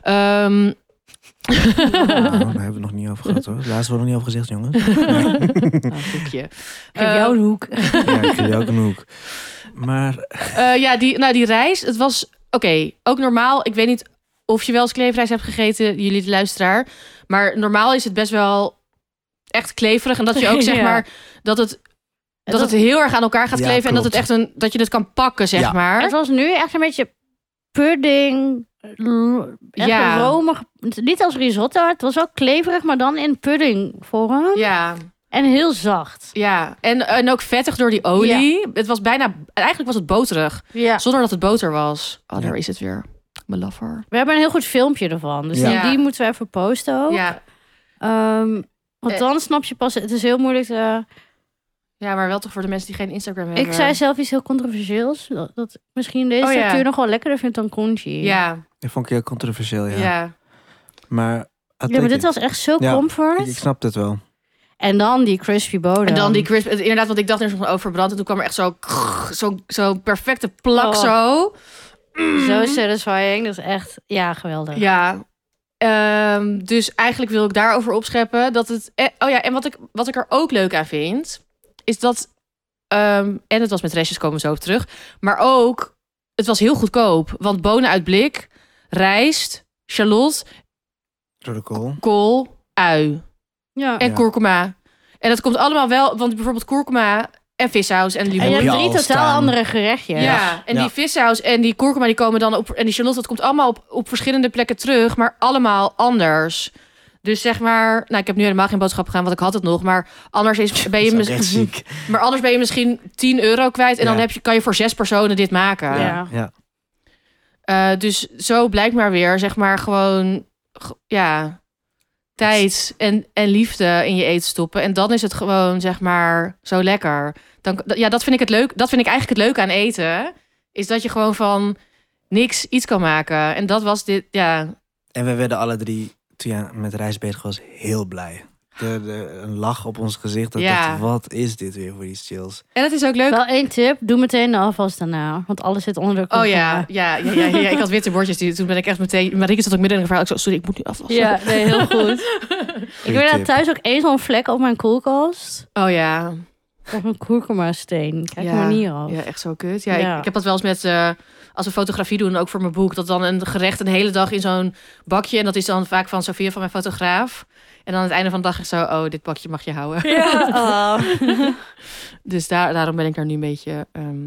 daar hebben we het nog niet over gehad, hoor. Laatst wordt nog niet over gezegd, jongens. Hoekje. Ik heb jou een hoek. Ja, ik geef je ook een hoek. Maar Die rijst, het was oké, ook normaal. Ik weet niet of je wel eens kleefrijst hebt gegeten, jullie de luisteraar. Maar normaal is het best wel echt kleverig. En dat je ook, zeg Ja. maar, dat het heel erg aan elkaar gaat Ja, kleven. En dat het klopt. echt dat je het kan pakken, zeg Ja. maar. Het was nu echt een beetje pudding. Echt Ja. romig. Niet als risotto. Het was ook kleverig, maar dan in puddingvorm. Ja, En heel zacht. ja. En ook vettig door die olie. Het was eigenlijk was het boterig. Ja. Zonder dat het boter was. Oh, Ja. daar is het weer. Mijn lover. We hebben een heel goed filmpje ervan. Dus Ja. die moeten we even posten ook. Ja. Want dan snap je pas... Het is heel moeilijk te... Ja, maar wel toch voor de mensen die geen Instagram hebben. Ik zei zelf iets heel controversieels. Dat misschien deze Oh, ja. structuur nog wel lekkerder vindt dan congee. Ja. Dat vond ik heel controversieel, ja. Ja. Maar, Ja, maar dit was echt zo Ja, comfort. ik snap het wel. En dan die crispy bodem. En dan die crisp. Inderdaad, want ik dacht eerst nog over verbrand. En toen kwam er echt zo perfecte plak Oh. zo. Zo satisfying. Dat is echt, ja, geweldig. Ja. Dus eigenlijk wil ik daarover opscheppen. Dat het... Oh ja, en wat ik er ook leuk aan vind... is dat... en het was met restjes, komen we zo op terug. Maar ook... Het was heel goedkoop. Want bonen uit blik, rijst, shallot, Rode kool. kool, ui. Ja. En Ja. kurkuma. En dat komt allemaal wel... Want bijvoorbeeld kurkuma en vissaus en En limoen. je hebt Heb je 3 al totaal staan. andere gerechtjes. Ja, en Ja. die vissaus en die kurkuma die komen dan op... En die shallot, dat komt allemaal op verschillende plekken terug. Maar allemaal anders. Dus zeg maar... Nou, ik heb nu helemaal geen boodschap gedaan, want ik had het nog. Maar anders ben je, Dat is ook echt ziek. maar anders ben je misschien €10 kwijt. En Ja. dan kan je voor 6 personen dit maken. Ja. Ja. Dus zo blijkt maar weer, zeg maar, gewoon... tijd en liefde in je eten stoppen. En dan is het gewoon, zeg maar, zo lekker. Dat vind ik het leuk. Dat vind ik eigenlijk het leuke aan eten. Is dat je gewoon van niks iets kan maken. En dat was dit, ja. En we werden alle drie, toen jij met reis bezig was, heel blij. Een lach op ons gezicht. Dat Ja. dacht, wat is dit weer voor iets chills? En het is ook leuk. Wel 1 tip. Doe meteen de afwas daarna. Want alles zit onder de Oh kurkuma. ja. Ik had witte bordjes. Toen ben ik echt meteen... Marieke zat ook midden in de verhaal. Ik zo, sorry, ik moet nu afwassen. Ja, nee, heel goed. Ik weet dat thuis ook 1 zo'n vlek op mijn koelkast. Oh ja. Of een kurkuma steen. Kijk Ja. er maar niet af. Ja, echt zo kut. Ja, Ja. Ik heb dat wel eens met... als we fotografie doen, ook voor mijn boek... dat dan een gerecht een hele dag in zo'n bakje... en dat is dan vaak van Sophia, van mijn fotograaf... En dan aan het einde van de dag is zo... oh, dit bakje mag je houden. Ja. Oh. Dus daarom ben ik daar nu een beetje...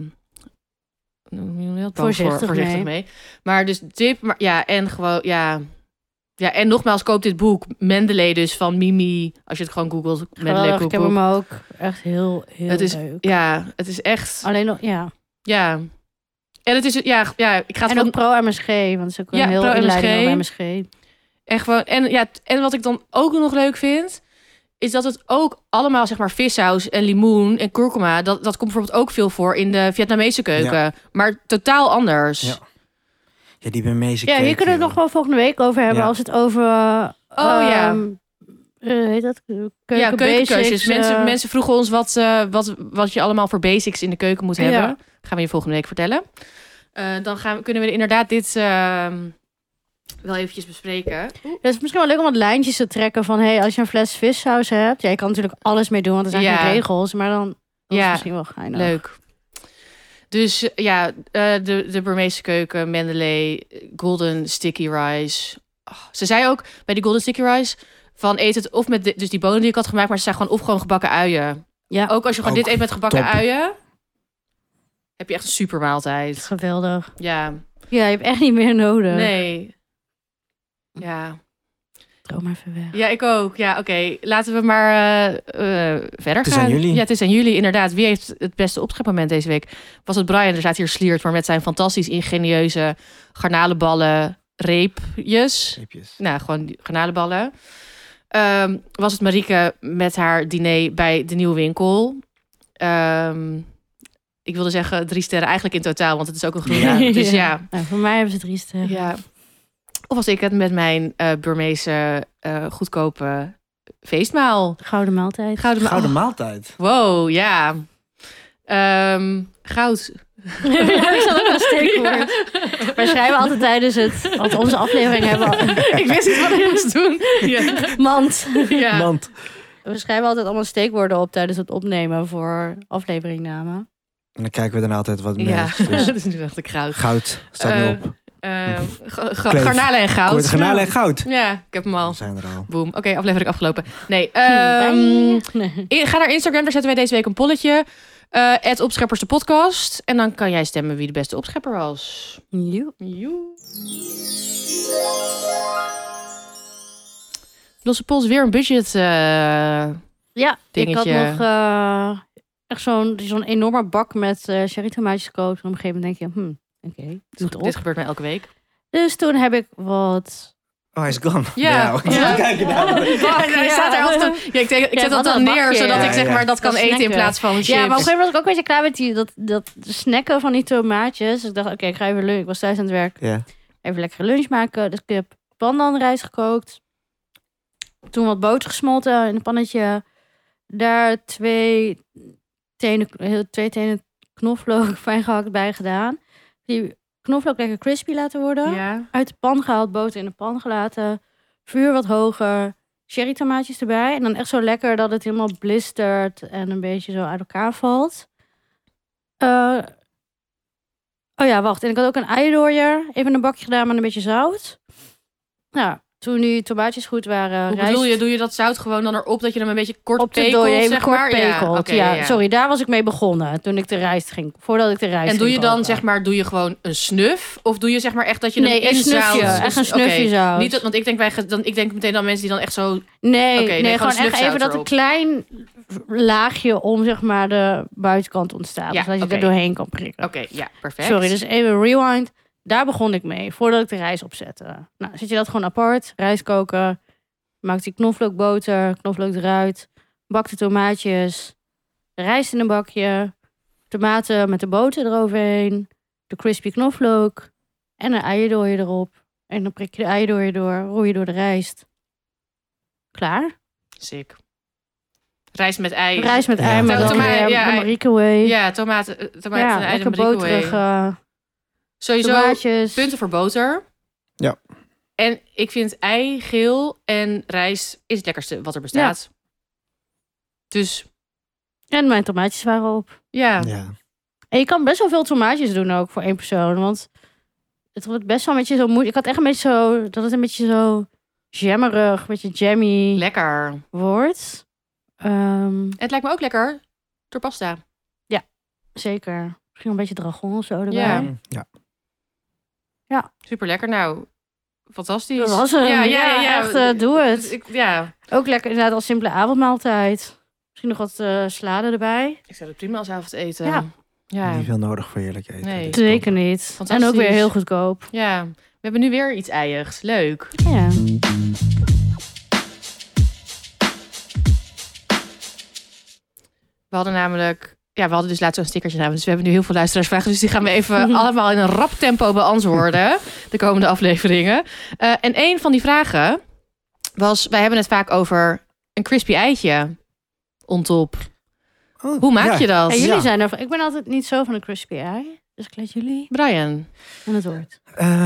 voorzichtig mee. Maar dus tip... Maar, ja, en gewoon... Ja, en nogmaals, koop dit boek. Mendeley dus van Mimi. Als je het gewoon googelt. Mendeley Geweldig. Ik heb kookboek. hem ook echt heel Het is, leuk. ja, het is echt... Alleen nog, ja. Ja. En het is... Ja, ik ga het En ook pro-MSG. Want het is ook een heel inleiding op MSG. En gewoon, en wat ik dan ook nog leuk vind, is dat het ook allemaal, zeg maar, vissaus en limoen en kurkuma, dat komt bijvoorbeeld ook veel voor in de Vietnamese keuken. Ja. Maar totaal anders. Ja. Ja, die Burmeese Ja, hier cake, kunnen we het nog wel volgende week over hebben. Ja. Als het over... ja. Heet dat? Keukenkeuzes. Basics, Mensen vroegen ons wat je allemaal voor basics in de keuken moet hebben. Ja. Gaan we je volgende week vertellen. Dan kunnen we inderdaad dit wel eventjes bespreken. Het is misschien wel leuk om wat lijntjes te trekken van... hey, als je een fles vissaus hebt... Ja, je kan natuurlijk alles mee doen, want er zijn Ja. geen regels. Maar dan is het misschien wel geinig. Leuk. Dus de Burmeese keuken, Mendeley, golden sticky rice. Oh, ze zei ook bij die golden sticky rice... van eet het of met dus die bonen die ik had gemaakt... maar ze zei gewoon gebakken uien. Ja, Ook als je gewoon Ook dit eet met gebakken top. uien... heb je echt een super maaltijd. geweldig. Ja, Ja, je hebt echt niet meer nodig. nee. Ja. Droom even weg. Ja, ik ook. Ja, oké. Laten we maar verder Het is gaan. aan jullie. Ja, het is aan jullie, inderdaad. Wie heeft het beste opschepmoment deze week? Was het Brian? Er staat hier sliert, maar met zijn fantastisch ingenieuze garnalenballen reepjes. Reepjes. Nou, gewoon die garnalenballen. Was het Marieke met haar diner bij de Nieuwe Winkel. Ik wilde zeggen 3 sterren eigenlijk in totaal, want het is ook een groene. Ja. Dus ja. Nou, voor mij hebben ze 3 sterren. Ja. Of was ik het met mijn Burmeese goedkope feestmaal? Gouden maaltijd. Gouden maaltijd. Wow, ja. Goud. Ja, ik zat ook een steekwoord. Wij schrijven altijd tijdens het... Want onze aflevering hebben we... Ik wist niet wat ik moest doen. Ja. Mand. Ja. Want We schrijven altijd allemaal steekwoorden op tijdens het opnemen voor afleveringnamen. en dan kijken we daarna altijd wat meer. Ja, Dus dat is nu echt een goud. goud staat nu op. Kleef. Garnalen en goud. Kort garnalen en goud. Ja, ik heb hem al. We zijn er al. Boom. Oké, aflevering afgelopen. Nee. Nee. Ga naar Instagram, daar zetten wij deze week een polletje. @opscheppers de podcast. En dan kan jij stemmen wie de beste opschepper was. Joe. Joe. Losse Pols, weer een budget. Ja, Dingetje. ik had nog echt zo'n enorme bak met cherry tomaatjes gekookt. En op een gegeven moment denk je, oké, doe het op. Dit gebeurt mij elke week. Dus toen heb ik wat... Oh, hij is gone. Ja. Nou, Ja. kijk je daar. Hij staat er altijd. Ja, ik zet dat dan neer, zodat ik zeg maar dat kan eten in snacken. plaats van chips. Ja, maar op een gegeven moment was ik ook een beetje klaar met dat snacken van die tomaatjes. Dus ik dacht, oké, ik ga even lunch. Ik was thuis aan het werk. Ja. Even lekkere lunch maken. Dus ik heb pandanrijst gekookt. Toen wat boter gesmolten in een pannetje. Daar twee tenen knoflook fijn gehakt bij gedaan. Die knoflook lekker crispy laten worden. Ja. Uit de pan gehaald, boter in de pan gelaten. Vuur wat hoger. Cherry tomaatjes erbij. En dan echt zo lekker dat het helemaal blistert en een beetje zo uit elkaar valt. Oh ja, wacht. En ik had ook een eidooier. Even in een bakje gedaan met een beetje zout. Nou, toen die tomaatjes goed waren... Hoe bedoel je? Doe je dat zout gewoon dan erop dat je hem een beetje kort op de pekelt, dooi, even zeg kort maar? pekelt. Oké, Ja, sorry, daar was ik mee begonnen toen ik de rijst ging. Voordat ik de rijst En doe je ging dan koken. zeg maar, doe je gewoon een snuf? Of doe je zeg maar echt dat je hem Nee, een snufje. inzout? Echt een snufje Oké. zout. Niet dat, want ik denk meteen aan mensen die dan echt zo... Nee, Oké, nee, gewoon gewoon echt even dat een erop. klein laagje om zeg maar de buitenkant ontstaat. Ja, zodat je oké. er doorheen kan prikken. Oké, ja, perfect. Sorry, dus even rewind. Daar begon ik mee, voordat ik de rijst opzette. Nou, zet je dat gewoon apart. Rijst koken. Maak die knoflookboter, knoflook eruit. Bak de tomaatjes. Rijst in een bakje. Tomaten met de boter eroverheen. De crispy knoflook. En een eierdooier erop. En dan prik je de eierdooier door. Roei je door de rijst. Klaar. Sick. Rijst met ei. Rijst met Ja. ei, maar dan Tomaten, weer ja, de Marieke way. Ja, tomaten en ei lekker en boterig. Sowieso Tomaatjes. punten voor boter. Ja. En ik vind ei, geel en rijst is het lekkerste wat er bestaat. Dus En mijn tomaatjes waren op. ja. Ja. En je kan best wel veel tomaatjes doen ook voor één persoon. Want het wordt best wel een beetje zo moeilijk. Ik had echt een beetje zo... Dat het een beetje zo jammerig, een beetje jammy Lekker. wordt. En het lijkt me ook lekker door pasta. Zeker. Misschien een beetje dragon of zo erbij. Ja. Ja. Super lekker. Nou, fantastisch. Dat was hem. Ja, echt, doe het. Ja, Ook lekker inderdaad als simpele avondmaaltijd. Misschien nog wat salade erbij. ik zou het prima als avondeten. Ja. Ja. Niet veel nodig voor heerlijk eten. Nee. Dit is Zeker top. niet. Fantastisch. En ook weer heel goedkoop. Ja. We hebben nu weer iets eiigs. Leuk. Ja. We hadden namelijk... Ja, we hadden dus laatst zo'n stickertje namelijk. Dus we hebben nu heel veel luisteraarsvragen. Dus die gaan we even allemaal in een rap tempo beantwoorden. De komende afleveringen. En een van die vragen was... Wij hebben het vaak over een crispy eitje. On top. Oh, Hoe maak ja. je dat? En jullie Ja. zijn er... Ik ben altijd niet zo van een crispy ei. Dus ik laat jullie Brian. aan het woord.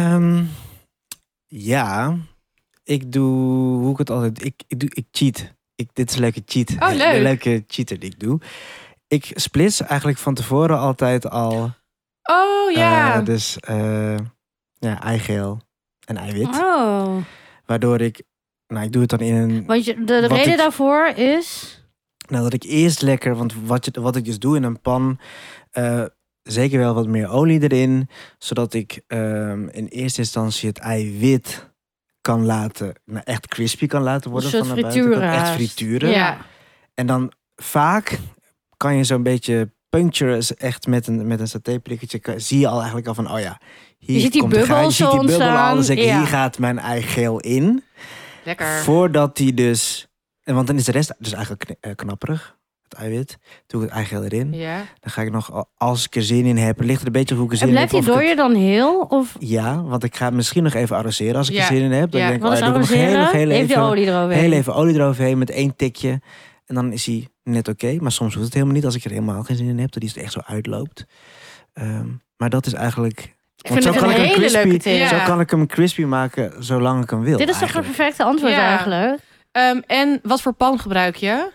Ja, ik doe hoe ik het altijd. Ik cheat. Dit is een leuke cheat. Oh, leuk. Een leuke cheater die ik doe. Ik splits eigenlijk van tevoren altijd al. Oh ja. Dus eigeel en eiwit. Oh. Waardoor ik doe het dan in een. Want de Wat reden ik- daarvoor is... Nou, dat ik eerst lekker, want wat ik dus doe in een pan, zeker wel wat meer olie erin, zodat ik in eerste instantie het eiwit kan laten, echt crispy kan laten worden. Een soort van de buitenkant. frituur Echt haast. frituren. Ja. En dan vaak kan je zo'n beetje puncturen, echt met een satéprikketje, zie je al eigenlijk al van, oh ja, hier Je ziet die komt de gaai. bubbels Je ziet die bubbelen al, ontstaan. dan zeg ik, Ja. hier gaat mijn eigeel in. Lekker. Voordat die dus... Want dan is de rest dus eigenlijk knapperig. Het eiwit. Doe ik het eigeel erin. Ja. Dan ga ik nog, als ik er zin in heb... Ligt er een beetje hoe ik er zin En in heb. blijft die of ik dooier dan heel? Of het- Ja, want ik ga misschien nog even arroseren als ik Ja. er zin in heb. Dan Ja. denk ik, wat is doe ik nog arroseren? heel Even de even, olie eroverheen. heel even olie eroverheen met 1 tikje. En dan is hij net oké. Maar soms hoeft het helemaal niet als ik er helemaal geen zin in heb. Dat hij er echt zo uitloopt. Maar dat is eigenlijk... Ik vind zo het kan een ik hem hele leuke crispy, tip. Ja. zo kan ik hem crispy maken zolang ik hem wil. Dit is toch een eigenlijk. perfecte antwoord Ja. eigenlijk? En wat voor pan gebruik je?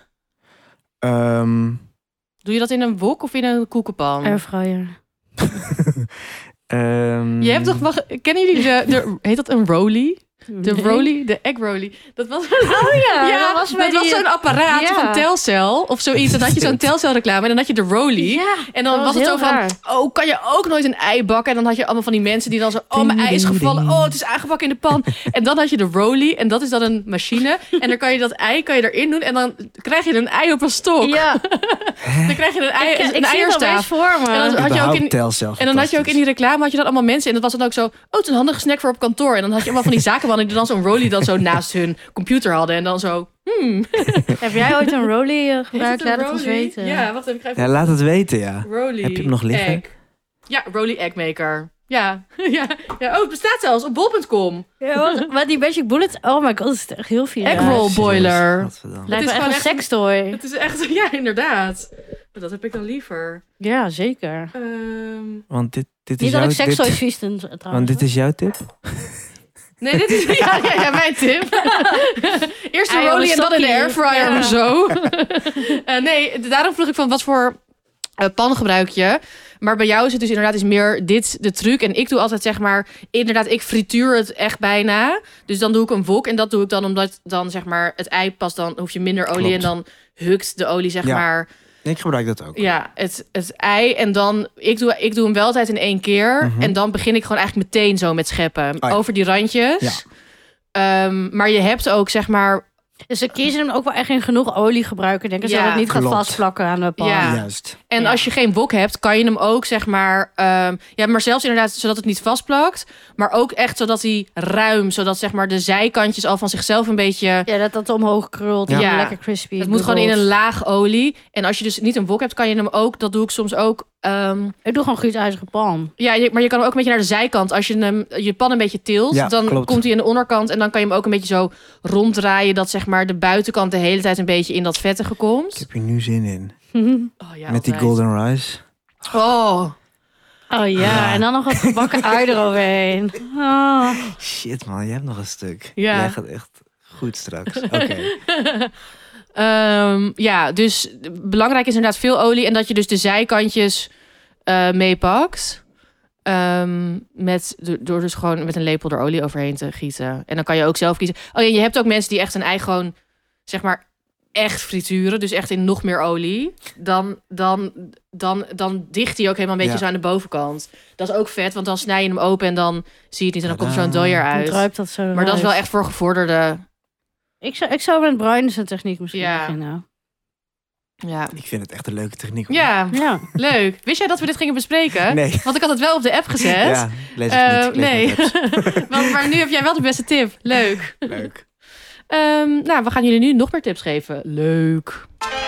Doe je dat in een wok of in een koekenpan? Airfryer. Je hebt toch... Kennen jullie heet dat een rolie? De Rolly, de egg Rolly. Dat was, ja, dat was zo'n apparaat van Telcel of zoiets. Dan had je zo'n Telcel reclame en dan had je de Rolly. Ja, en dan dat was het zo heel raar. van, oh, kan je ook nooit een ei bakken? En dan had je allemaal van die mensen die dan zo, oh, mijn ei is gevallen. Oh, het is aangebakken in de pan. En dan had je de Rolly en dat is dan een machine. En dan kan je dat ei erin doen en dan krijg je een ei op een stok. Ja, Dan krijg je een ei, ik een zie het eierstaaf. opeens voor me. En dan had je ook in, Telcel, en dan had je ook in die reclame had je dan allemaal mensen. En dat was dan ook zo, oh, het is een handige snack voor op kantoor. En dan had je allemaal van die zakenmannen die dan zo'n Rolly dan zo naast hun computer hadden. En dan zo, Heb jij ooit een Rolly gebruikt? Is het Laat een het ons Rolly? weten. Ja, wacht even. Ik ga even... Ja, laat het weten, ja. Rolly Heb je hem nog liggen? egg. Ja, Rolly Egg Maker. Ja. ja. Oh, het bestaat zelfs op bol.com. Ja, maar die Magic Bullet, oh my god, dat is echt heel veel. Egg roll boiler. Godverdamme. Lijkt Het me is echt een gewoon sextoy. Het is echt, ja, inderdaad. Maar dat heb ik dan liever. Ja, zeker. Want dit is Niet dat jouw ik sextoys dit, vies vind, trouwens. Want dit is jouw tip? Nee, dit is ja, mijn tip. Eerst de Ei op Rolly een en dan in de stokje. airfryer Ja. of zo. Nee, daarom vroeg ik van wat voor pan gebruik je. Maar bij jou is het dus inderdaad is meer dit de truc. En ik doe altijd zeg maar, inderdaad, ik frituur het echt bijna. Dus dan doe ik een wok. En dat doe ik dan omdat dan zeg maar het ei past. Dan hoef je minder olie Klopt. en dan hukt de olie zeg Ja. maar. Ik gebruik dat ook. Ja, het ei. En dan, ik doe hem wel altijd in 1 keer. Mhm. En dan begin ik gewoon eigenlijk meteen zo met scheppen. Oh ja. Over die randjes. Maar je hebt ook, zeg maar... Dus ze kiezen hem ook wel echt in genoeg olie gebruiken. Denken Ja, zodat het niet gaat klopt. vastplakken aan de pan. Ja. Juist. En Ja. als je geen wok hebt, kan je hem ook, zeg maar... ja, maar zelfs inderdaad, zodat het niet vastplakt. Maar ook echt zodat hij ruim... Zodat, zeg maar, de zijkantjes al van zichzelf een beetje... Ja, dat dat omhoog krult. Ja. Ja. Lekker crispy. Het moet gewoon in een laag olie. En als je dus niet een wok hebt, kan je hem ook... Dat doe ik soms ook... Ik doe gewoon gietijzeren pan. Ja, maar je kan hem ook een beetje naar de zijkant. Als je je pan een beetje tilt, Ja, dan klopt. komt hij in de onderkant. En dan kan je hem ook een beetje zo ronddraaien. Dat zeg maar de buitenkant de hele tijd een beetje in dat vettige Ik komt. heb hier nu zin in. Oh, ja, Met die altijd. golden rice. Oh, Oh ja, en dan nog wat gebakken ui eroverheen. Oh. Shit man, je hebt nog een stuk. Ja. Jij gaat echt goed straks. Oké. ja, dus belangrijk is inderdaad veel olie. En dat je dus de zijkantjes meepakt. Door dus gewoon met een lepel er olie overheen te gieten. En dan kan je ook zelf kiezen. Oh ja, je hebt ook mensen die echt een ei gewoon, zeg maar, echt frituren. Dus echt in nog meer olie. Dan dicht hij ook helemaal een beetje Ja. zo aan de bovenkant. Dat is ook vet, want dan snij je hem open en dan zie je het niet. En dan komt er zo'n Tadaa. dooier Dan uit. druipt dat zo Maar dat is wel eruit. echt voor gevorderde. Ik zou met bruinen zijn techniek misschien Ja. beginnen. Ja. Ik vind het echt een leuke techniek. hoor. Ja, Ja. leuk. Wist jij dat we dit gingen bespreken? Nee. Want ik had het wel op de app gezet. Ja, lees ik niet. Nee. Lees mijn apps. Maar nu heb jij wel de beste tip. Leuk. Leuk. Nou, we gaan jullie nu nog meer tips geven. Leuk.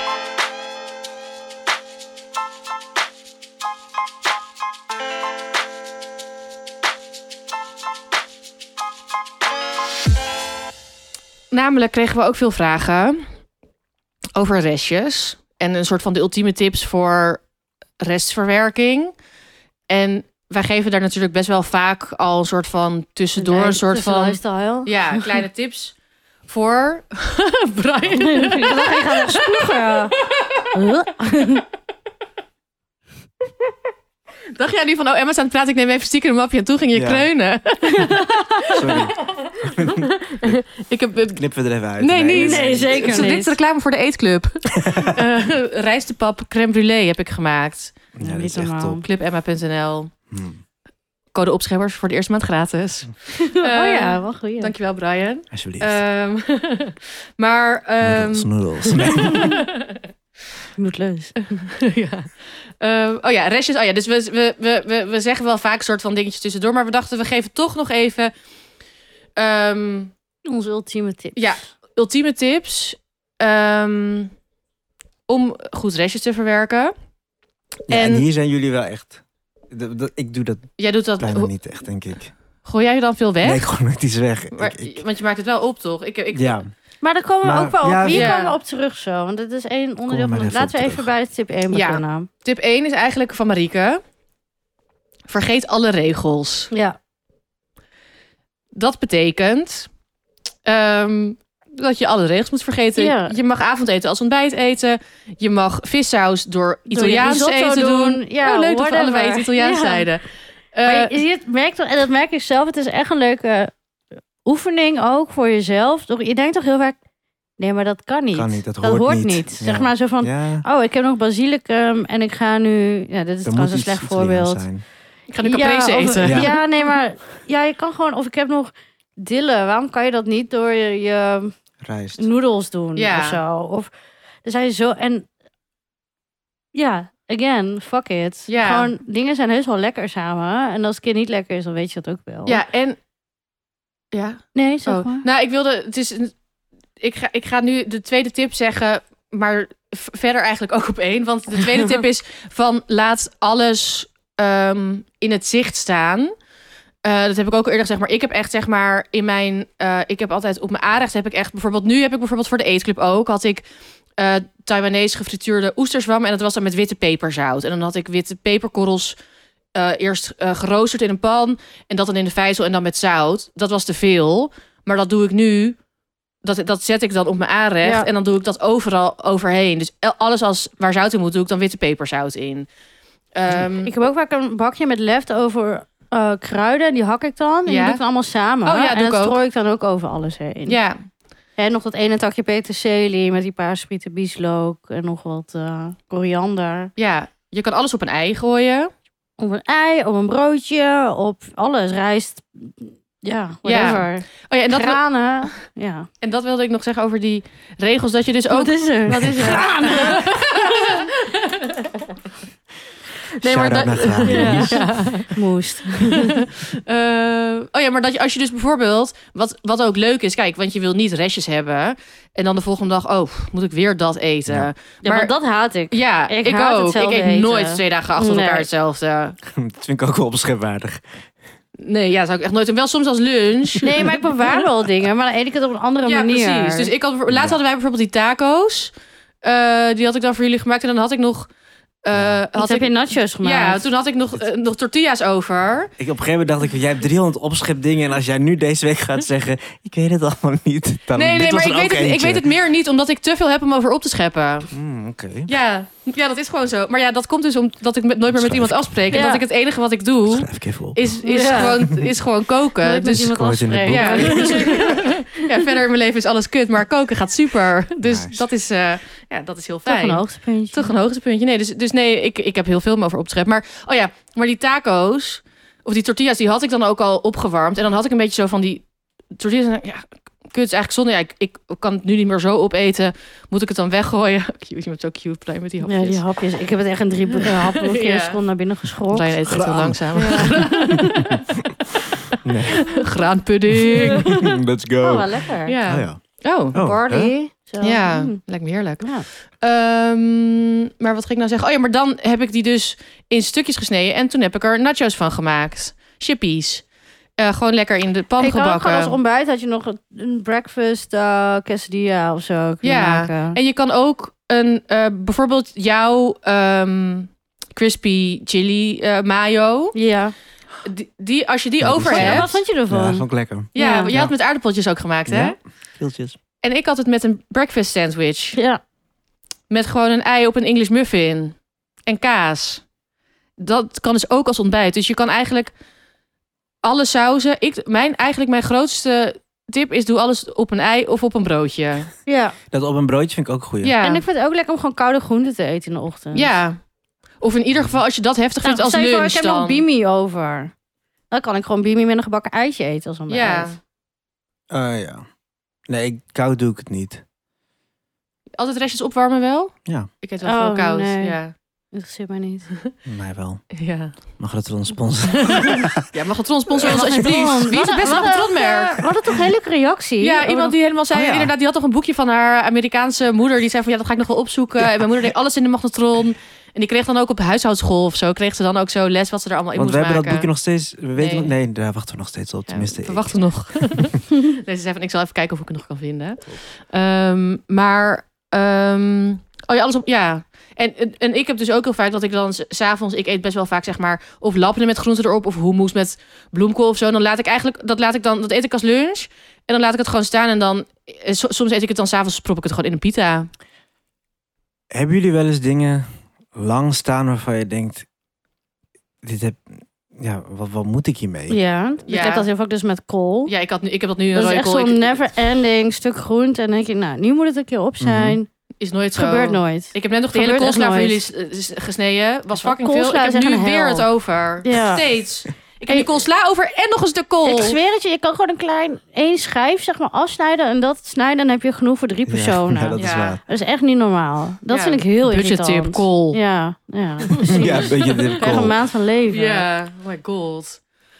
Namelijk kregen we ook veel vragen over restjes. En een soort van de ultieme tips voor restverwerking. En wij geven daar natuurlijk best wel vaak al een soort van tussendoor een soort van... lifestyle. Ja, kleine tips voor Brian. Ik dacht, ik ga echt spoegen. Dacht jij nu van, oh, Emma is aan het praten, ik neem even stiekem een mapje en toen ging je Ja. kreunen. Sorry. Ik heb... Knippen we er even uit. Nee, niet. Nee, zeker Dit is niet. reclame voor de eetclub. Rijstepap crème brûlée heb ik gemaakt. Ja, dat niet is echt normaal. top. Clubemma.nl. Hmm. Code opscheppers voor de eerste maand gratis. Oh ja, wel goed. Dankjewel, Brian. Alsjeblieft. Maar... Noedels. Nee. Moedloos. ja. Oh ja, restjes. Oh ja, dus we zeggen wel vaak soort van dingetjes tussendoor. Maar we dachten, we geven toch nog even... Onze ultieme tip. ja, ultieme tips. Om goed restjes te verwerken. Ja, En- en hier zijn jullie wel echt... Ik doe dat Jij doet dat... bijna niet echt, denk ik. Gooi jij dan veel weg? Nee, ik gooi nooit iets weg. Maar, Ik- want je maakt het wel op, toch? ja, Maar daar komen we Maar, ook wel op. ja, Hier ja. komen we op terug zo. Want dit is één onderdeel maar van... even Laten we op even terug. bij tip 1 Ja. beginnen. Tip 1 is eigenlijk van Marieke. Vergeet alle regels. Ja. Dat betekent dat je alle regels moet vergeten. Ja. Je mag avondeten als ontbijt eten. Je mag vissaus door je Italiaans risotto eten doen. doen. Ja, oh, leuk dat we whatever. allebei het Italiaans Ja. zeiden. Maar je ziet, merkt, en dat merk ik zelf. Het is echt een leuke oefening ook voor jezelf. Toch, je denkt toch heel vaak, nee, maar dat kan niet. Kan niet, dat hoort hoort niet. niet. Zeg Ja. maar zo van, Ja, oh, ik heb nog basilicum en ik ga nu... Ja, dit is er trouwens moet een iets slecht Italiaans voorbeeld. zijn. Ik ga nu caprese of- eten. Ja. Ja, nee, maar je kan gewoon... Of ik heb nog dille. Waarom kan je dat niet door je Rijst. noedels doen Ja. of zo? Of er zijn zo... En ja, again, fuck it. Ja. Gewoon, dingen zijn heus wel lekker samen. En als het kind niet lekker is, dan weet je dat ook wel. Ja, en... Ja? Nee, zeg Oh. maar. Nou, ik wilde... Ik ga nu de tweede tip zeggen, maar verder eigenlijk ook op 1. Want de tweede tip is van laat alles in het zicht staan. Dat heb ik ook eerder gezegd, maar ik heb echt zeg maar in mijn... ik heb altijd op mijn aanrecht heb ik echt bijvoorbeeld... Nu heb ik bijvoorbeeld voor de eetclub ook, had ik Taiwanese gefrituurde oesterzwam en dat was dan met witte peperzout. En dan had ik witte peperkorrels eerst geroosterd in een pan en dat dan in de vijzel en dan met zout. Dat was te veel, maar dat doe ik nu... Dat zet ik dan op mijn aanrecht Ja. en dan doe ik dat overal overheen. Dus alles waar zout in moet, doe ik dan witte peperzout in. Ik heb ook vaak een bakje met leftover kruiden. Die hak ik dan. En die Ja. doe ik dan allemaal samen. Oh ja, en doe ik dat ook. strooi ik dan ook over alles heen. Ja, En nog dat ene takje peterselie met die paar sprieten bieslook. En nog wat koriander. ja, je kan alles op een ei gooien. Op een ei, op een broodje, op alles. Rijst, ja, whatever. Oh ja, En dat wilde ik nog zeggen over die regels. Dat je dus ook... Wat is er? Wat is er? Nee, maar Shout-out dat... naar Graaf. Ja. Moest. oh ja, maar dat je, als je dus bijvoorbeeld... Wat ook leuk is, kijk, want je wil niet restjes hebben. En dan de volgende dag, oh, moet ik weer dat eten? Ja. Ja, maar dat haat ik. Ja, Ik ik haat ook. Ik hetzelfde eet eten. nooit 2 dagen achter elkaar Nee. hetzelfde. Dat vind ik ook wel beschepwaardig. Nee, ja, zou ik echt nooit. En wel soms als lunch. Nee, maar ik bewaar wel dingen. Maar dan eet ik het op een andere Ja, manier. precies. Dus ik had, laatst hadden wij bijvoorbeeld die taco's. Die had ik dan voor jullie gemaakt. En dan had ik nog... Wat heb je nachos gemaakt? Ja, toen had ik nog tortillas over. Op een gegeven moment dacht ik, jij hebt 300 opschep dingen. En als jij nu deze week gaat zeggen, ik weet het allemaal niet. Dan Nee, dit was maar er ook ik eentje. weet het meer niet, omdat ik te veel heb om over op te scheppen. Oké. Ja, dat is gewoon zo. Maar ja, dat komt dus omdat ik nooit meer met iemand afspreek. En Ja. dat ik het enige wat ik doe, Schrijf ik even op. is gewoon koken. Nooit met Dus iemand gooi het in de afspreken. boek. ja, verder in mijn leven is alles kut, maar koken gaat super. Dus Nice. dat is heel Toch fijn. een hoogtepuntje. Toch een hoogtepuntje. Nee, dus nee, ik heb heel veel om over op te scheppen. Maar die taco's, of die tortillas, die had ik dan ook al opgewarmd. En dan had ik een beetje zo van die tortillas. En ja, kut, is eigenlijk zonde. Ja, ik kan het nu niet meer zo opeten. Moet ik het dan weggooien? Cute, je bent zo cute, blij met die hapjes. Ja, die hapjes. Ik heb het echt in 3 hapjes Ja. seconden naar binnen geschrokken. Brian eet het heel Graan. langzaam. Nee. Graanpudding. Let's go. Oh, wel lekker. Ja. Oh ja. Oh, Oh, Barley. Zo. ja. Mm. Lijkt me heerlijk. Ja. Maar wat ging ik nou zeggen? Oh ja, maar dan heb ik die dus in stukjes gesneden. En toen heb ik er nachos van gemaakt. Chippies. Gewoon lekker in de pan Ik had ook gebakken. gewoon als ontbijt had je nog een breakfast quesadilla of zo kunnen Ja, maken. en je kan ook bijvoorbeeld jouw crispy chili mayo. Ja. Die, als je die Ja, die over is- hebt. Wat vond je ervan? Ja, vond ik lekker. Ja, Ja. jij had met aardappeltjes ook gemaakt, hè? Ja. Veeltjes. En ik had het met een breakfast sandwich. Ja. Met gewoon een ei op een English muffin. En kaas. Dat kan dus ook als ontbijt. Dus je kan eigenlijk alle sauzen... Mijn grootste tip is doe alles op een ei of op een broodje. Ja. Dat op een broodje vind ik ook een goeie. Ja. En ik vind het ook lekker om gewoon koude groenten te eten in de ochtend. Ja. Of in ieder geval, als je dat heftig vindt als stel je voor, lunch ik heb nog dan. bimi over. Dan kan ik gewoon bimi met een gebakken eitje eten als ontbijt. Ja. Ja. Nee, koud doe ik het niet. Altijd restjes opwarmen wel? Ja. Ik eet wel Oh, veel koud. nee. Ja. Interesseert mij niet. Mij wel. Ja. Mag dat wel een sponsor? Ja, Magnetron sponsor ons Magnetron. alsjeblieft. Wie is het beste Magnetronmerk? We hadden toch een hele leuke reactie? Ja, iemand die helemaal zei, Oh ja. inderdaad, die had toch een boekje van haar Amerikaanse moeder. Die zei van, ja, dat ga ik nog wel opzoeken. En mijn moeder deed alles in de magnetron. En die kreeg dan ook op huishoudschool of zo, kreeg ze dan ook zo les wat ze er allemaal in Want we moest hebben dat maken. boekje nog steeds... We weten Nee. nee, daar wachten we nog steeds op. Ja, Tenminste, we ik. verwachten nog. Nee, ze zei van, ik zal even kijken of ik het nog kan vinden. Oh ja, alles op, ja. En ik heb dus ook heel vaak dat ik dan 's avonds, ik eet best wel vaak zeg maar, of lappen met groenten erop, of hummus met bloemkool of zo. Dan laat ik eigenlijk, dat eet ik als lunch. En dan laat ik het gewoon staan en dan, soms eet ik het dan 's avonds, prop ik het gewoon in een pita. Hebben jullie wel eens dingen lang staan waarvan je denkt... ja, wat moet ik hiermee? Ja, ik heb dat heel vaak dus met kool. Ja, ik heb dat nu in Dat is rode echt kool. zo'n never-ending stuk groente. En dan denk je, nou, nu moet het een keer op zijn. Is nooit zo. Gebeurt nooit. Ik heb net nog de hele Gebeurt echt koolsla voor nooit. jullie gesneden. Was fucking veel. Koolsla Ik is heb echt nu een weer hel. het over. Ja. Steeds. Ik heb die koolsla over en nog een stuk kool. Ik zweer het je, je kan gewoon een klein één schijf zeg maar afsnijden. En dat snijden, dan heb je genoeg voor 3 personen. Ja, dat is Ja. waar. Dat is echt niet normaal. Dat Ja, vind ik heel budgettip, irritant. kool. Ja, precies. Ja, een beetje dit Krijg een maand van leven. Ja, oh my god.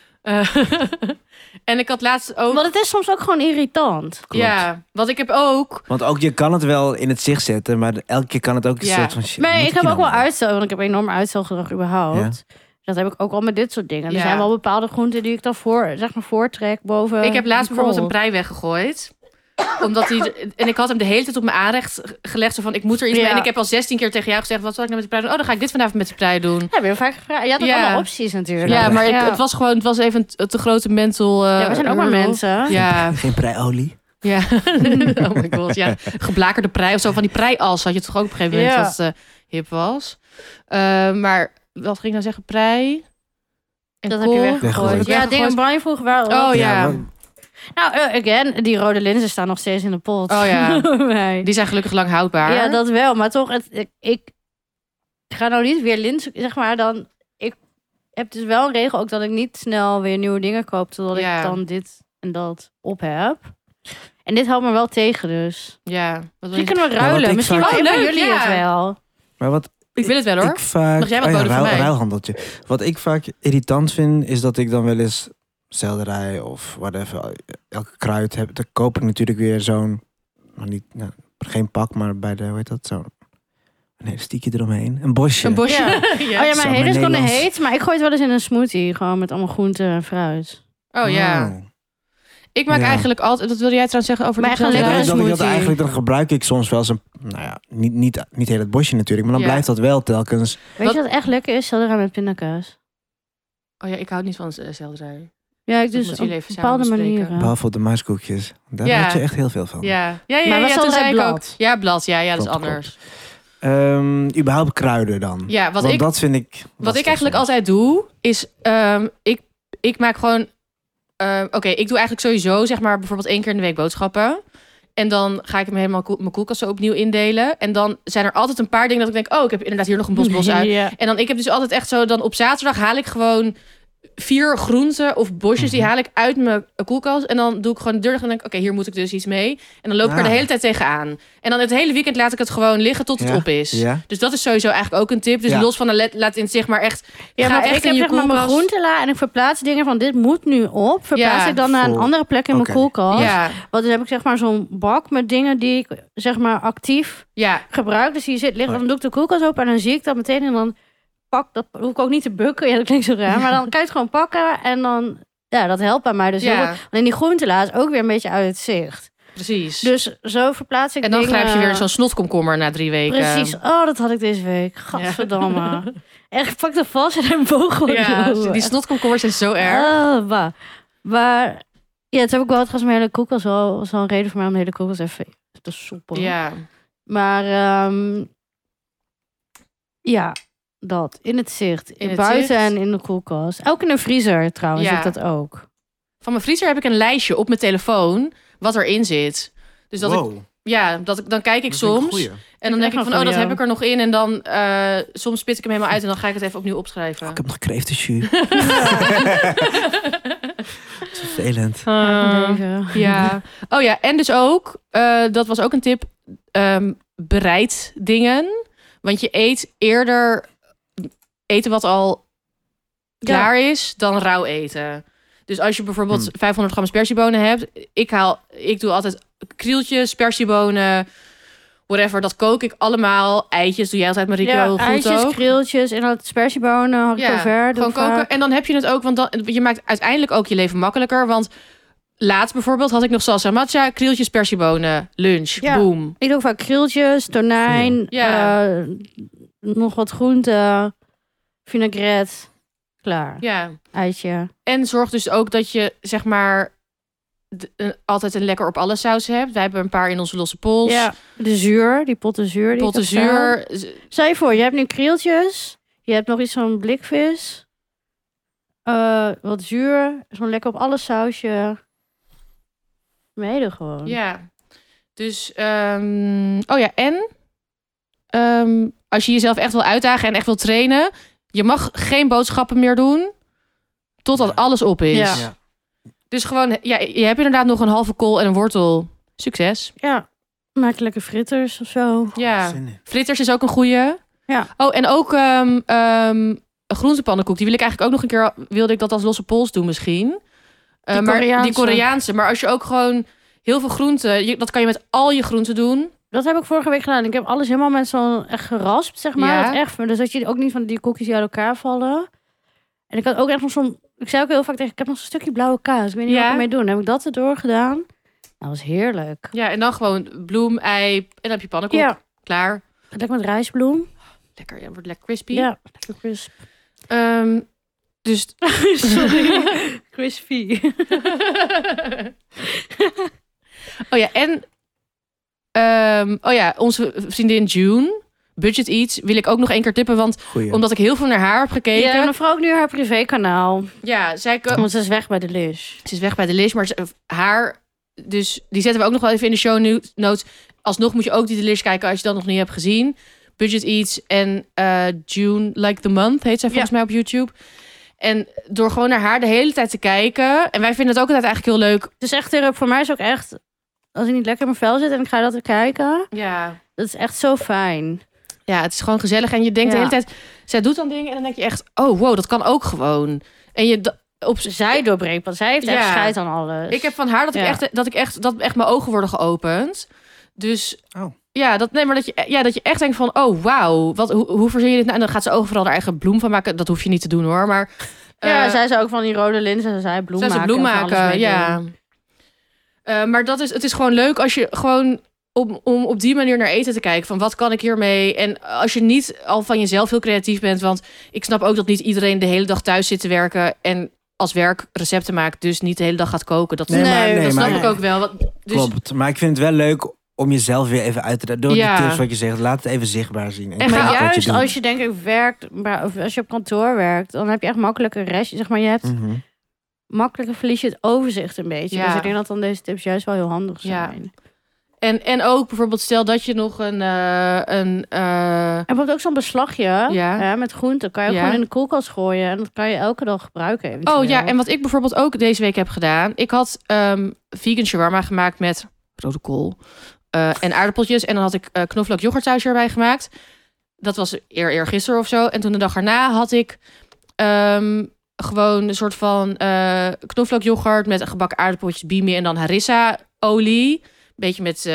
En ik had laatst ook... Want het is soms ook gewoon irritant. Klopt. Ja, wat ik heb ook... Want ook je kan het wel in het zicht zetten, maar elke keer kan het ook een Ja. soort van shit. Maar moet ik heb hier ook wel nou mee? uitstel, want ik heb enorm uitstelgedrag überhaupt. Dat heb ik ook al met dit soort dingen. Ja. Er zijn wel bepaalde groenten die ik dan voortrek boven. Ik heb laatst kool. bijvoorbeeld een prei weggegooid. Omdat hij... En ik had hem de hele tijd op mijn aanrecht gelegd. Zo van, ik moet er iets Ja. mee. En ik heb al 16 keer tegen jou gezegd, wat zal ik nou met die prei doen? Oh, dan ga ik dit vanavond met die prei doen. Ja, heb je vaak gevraagd. Je had ook Ja. allemaal opties natuurlijk. Ja, maar ja. het was even een te grote mental... Ja, we zijn ook maar hurdle. mensen. Ja, Geen preiolie. ja. Oh my god, ja. Geblakerde prei of zo. Van die preias had je toch ook op een gegeven moment Ja. dat het hip was. Maar wat ging ik nou zeggen? Prei en Dat heb je kool. Weggegooid. Ja, dingen Brian vroeg wel. Oh ja. wat- Nou, again, die rode linzen staan nog steeds in de pot. Oh ja. Nee. Die zijn gelukkig lang houdbaar. Ja, dat wel. Maar toch, ik ga nou niet weer linzen, zeg maar. Dan, ik heb dus wel een regel ook dat ik niet snel weer nieuwe dingen koop, totdat Ja. ik dan dit en dat op heb. En dit houdt me wel tegen dus. Ja. Wat wil Misschien je... kunnen we Ja, wat ruilen. ik Misschien vaak- wel Oh, een van leuk, jullie ja. het wel. Maar wat Ik wil het wel hoor. ik vaak... Mag jij wat boden van mij? ruilhandeltje. Wat ik vaak irritant vind, is dat ik dan wel eens selderij of whatever, elke kruid heb. Dan koop ik natuurlijk weer zo'n, nou niet, nou, geen pak, maar bij de, hoe heet dat, zo'n een elastiekje eromheen. Een bosje. Een bosje. Ja. Ja. Oh ja, Zo, mijn mijn hele is gewoon Nederlands. heet. Maar ik gooi het wel eens in een smoothie. Gewoon met allemaal groenten en fruit. Oh ja. Oh. Ik maak Ja. eigenlijk altijd... Dat wilde jij trouwens zeggen over Maar de echt een Ja, lekkere dat ik dat smoothie. eigenlijk, dan gebruik ik soms wel eens een, nou ja, niet heel het bosje natuurlijk, maar dan Ja. blijft dat wel telkens. Weet je wat echt lekker is? Selderij met pindakaas. Oh ja, ik hou niet van selderij. Ja, ik Dat dus moeten op jullie even samen bepaalde bespreken. manieren. Behalve op de muiskoekjes. Daar Ja. had je echt heel veel van. Ja, Maar wat toen selderij zei ik ook... blad? Ja, blad. Ja, dat is Klopt, anders. Überhaupt kruiden dan. Ja, Want dat vind ik... Wat ik eigenlijk altijd doe, is ik maak gewoon... Oké, ik doe eigenlijk sowieso zeg maar bijvoorbeeld 1 keer in de week boodschappen. En dan ga ik hem helemaal mijn koelkast zo opnieuw indelen. En dan zijn er altijd een paar dingen dat ik denk... Oh, ik heb inderdaad hier nog een bos uit. Ja. En dan, ik heb dus altijd echt zo... Dan op zaterdag haal ik gewoon 4 groenten of bosjes. Die haal ik uit mijn koelkast. En dan doe ik gewoon de deur dicht en denk ik... Oké, hier moet ik dus iets mee. En dan loop ik er de Ah. hele tijd tegenaan. En dan het hele weekend laat ik het gewoon liggen tot het Ja. op is. Ja. Dus dat is sowieso eigenlijk ook een tip. Dus Ja. los van de laat in zeg maar echt... Ja, ga maar echt ik in heb je zeg maar mijn koelkast. groentela en ik verplaats dingen van dit moet nu op. Verplaats Ja, ik dan naar een vol. andere plek in mijn Oké. koelkast. Ja, Want dan heb ik zeg maar zo'n bak met dingen die ik zeg maar actief ja. gebruik. Dus die zit liggen, dan doe ik de koelkast open en dan zie ik dat meteen en dan pak dat, hoef ik ook niet te bukken. Ja, dat klinkt zo raar, maar dan kan je het gewoon pakken en dan, ja, dat helpt bij mij dus heel Ja. goed. Alleen die groentela is ook weer een beetje uit het zicht. Precies. Dus zo verplaats ik en dan dingen. grijp je weer zo'n snotkomkommer na 3 weken. Precies. Oh, dat had ik deze week. Gadverdamme. Echt, ik pak de vast en een boog. Ja, die snotkomkommers zijn zo erg. Oh, maar ja, het heb ik wel het gas mijn hele koelkast wel. Was wel een reden voor mij om de hele koelkast even te soepelen. Ja. Maar ja, dat. In het zicht. In het Buiten zicht. en in de koelkast. Ook in de vriezer trouwens, Ja. heb ik dat ook. Van mijn vriezer heb ik een lijstje op mijn telefoon wat erin zit. Dus dat Wow. ik, ja, dan kijk ik Dat vind ik een soms. goeie. En dan denk ik echt van, een oh, dat goeie. heb ik er nog in. En dan soms spit ik hem helemaal uit en dan ga ik het even opnieuw opschrijven. Oh, ik heb nog kreeftenjus. Vervelend. Ja. Oh ja, en dus ook, dat was ook een tip, bereid dingen. Want je eet eerder eten wat al klaar is dan rauw eten. Dus als je bijvoorbeeld 500 gram spersiebonen hebt, ik doe altijd krieltjes, spersiebonen, whatever. Dat kook ik allemaal. Eitjes doe jij altijd, Marieke, heel goed eitjes, ook. krieltjes en dat spersiebonen, haricot vert. gewoon koken. En dan heb je het ook, want dan, je maakt uiteindelijk ook je leven makkelijker. Want laatst bijvoorbeeld had ik nog salsa matcha, krieltjes, spersiebonen, lunch, Ja. boom. Ik doe vaak krieltjes, tonijn, Ja. nog wat groenten, vinaigrette. Klaar. Ja. Eitje. En zorg dus ook dat je, zeg maar, altijd een lekker op alle saus hebt. Wij hebben een paar in onze losse pols. Ja, de zuur, die potten zuur. Die Potten ik heb staan. zuur. Stel je voor, je hebt nu krieltjes. Je hebt nog iets van blikvis. Wat zuur. Gewoon lekker op alle sausje. Mede gewoon. Ja. Dus, en als je jezelf echt wil uitdagen en echt wil trainen, je mag geen boodschappen meer doen totdat alles op is. Ja. Ja. Dus gewoon, je hebt inderdaad nog een halve kool en een wortel. Succes. Ja. Maak lekker fritters of zo. Ja. Zin in. Fritters is ook een goeie. Ja. Oh, en ook een groentepannenkoek. Die wil ik eigenlijk ook nog een keer, wilde ik dat als losse pols doen misschien. Die maar Koreaanse. die Koreaanse. Maar als je ook gewoon heel veel groenten, dat kan je met al je groenten doen. Dat heb ik vorige week gedaan. Ik heb alles helemaal met zo'n echt geraspt, zeg maar. Ja. Dat echt, dus dat je ook niet van die koekjes die uit elkaar vallen. En ik had ook echt nog zo'n... Ik zei ook heel vaak tegen, ik heb nog zo'n stukje blauwe kaas. Ik weet niet Ja. wat ik ermee doen. Dan heb ik dat erdoor gedaan. Dat was heerlijk. Ja, en dan gewoon bloem, ei en dan heb je pannenkoek. Ja. Klaar. Lekker met rijstbloem. Lekker, ja, wordt lekker crispy. Ja, lekker crisp. Dus... Sorry. Crispy. Oh ja, en... onze vriendin June, Budget Eats, wil ik ook nog 1 keer tippen. Want Goeie. omdat ik heel veel naar haar heb gekeken... Ja, mevrouw ook nu haar privékanaal. Ja, zij... Want ze is weg bij de Lish. Ze is weg bij de Lish, maar haar... Dus die zetten we ook nog wel even in de show notes. Alsnog moet je ook die de Lish kijken als je dat nog niet hebt gezien. Budget Eats en June Like the Month heet zij volgens mij op YouTube. En door gewoon naar haar de hele tijd te kijken... En wij vinden het ook altijd eigenlijk heel leuk. Het is echt voor mij is ook echt... Als ik niet lekker in mijn vel zit en ik ga dat kijken... Ja. Dat is echt zo fijn. Ja, het is gewoon gezellig. En je denkt de hele tijd... Zij doet dan dingen en dan denk je echt... Oh, wow, dat kan ook gewoon. En je... Zij doorbreekt, want zij heeft echt scheid aan alles. Ik heb van haar dat echt mijn ogen worden geopend. Dus dat je echt denkt van, oh wauw, hoe verzin je dit nou? En dan gaat ze overal haar eigen bloem van maken. Dat hoef je niet te doen hoor, maar zij zei ook van die rode linzen en zij bloem maken. Bloem maken, ja. Maar het is gewoon leuk als je gewoon om op die manier naar eten te kijken. Van wat kan ik hiermee? En als je niet al van jezelf heel creatief bent, want ik snap ook dat niet iedereen de hele dag thuis zit te werken en als werk recepten maakt, dus niet de hele dag gaat koken. Dat snap ik ook wel. Klopt, maar ik vind het wel leuk om jezelf weer even uit te dagen. Door die tips wat je zegt, laat het even zichtbaar zien. En maar juist als je denk ik werkt, of als je op kantoor werkt, dan heb je echt makkelijke restjes. Zeg maar, je hebt makkelijker verlies je het overzicht een beetje. Ja. Dus ik denk dat dan deze tips juist wel heel handig zijn. En ook bijvoorbeeld, stel dat je nog en bijvoorbeeld ook zo'n beslagje met groenten. Kan je ook gewoon in de koelkast gooien. En dat kan je elke dag gebruiken eventueel. Oh ja, en wat ik bijvoorbeeld ook deze week heb gedaan. Ik had vegan shawarma gemaakt met rode kool en aardappeltjes. En dan had ik knoflook yoghurtsausje erbij gemaakt. Dat was eergisteren of zo. En toen de dag erna had ik gewoon een soort van knoflook yoghurt met gebakken aardappeltjes, bimi en dan harissa olie. Beetje met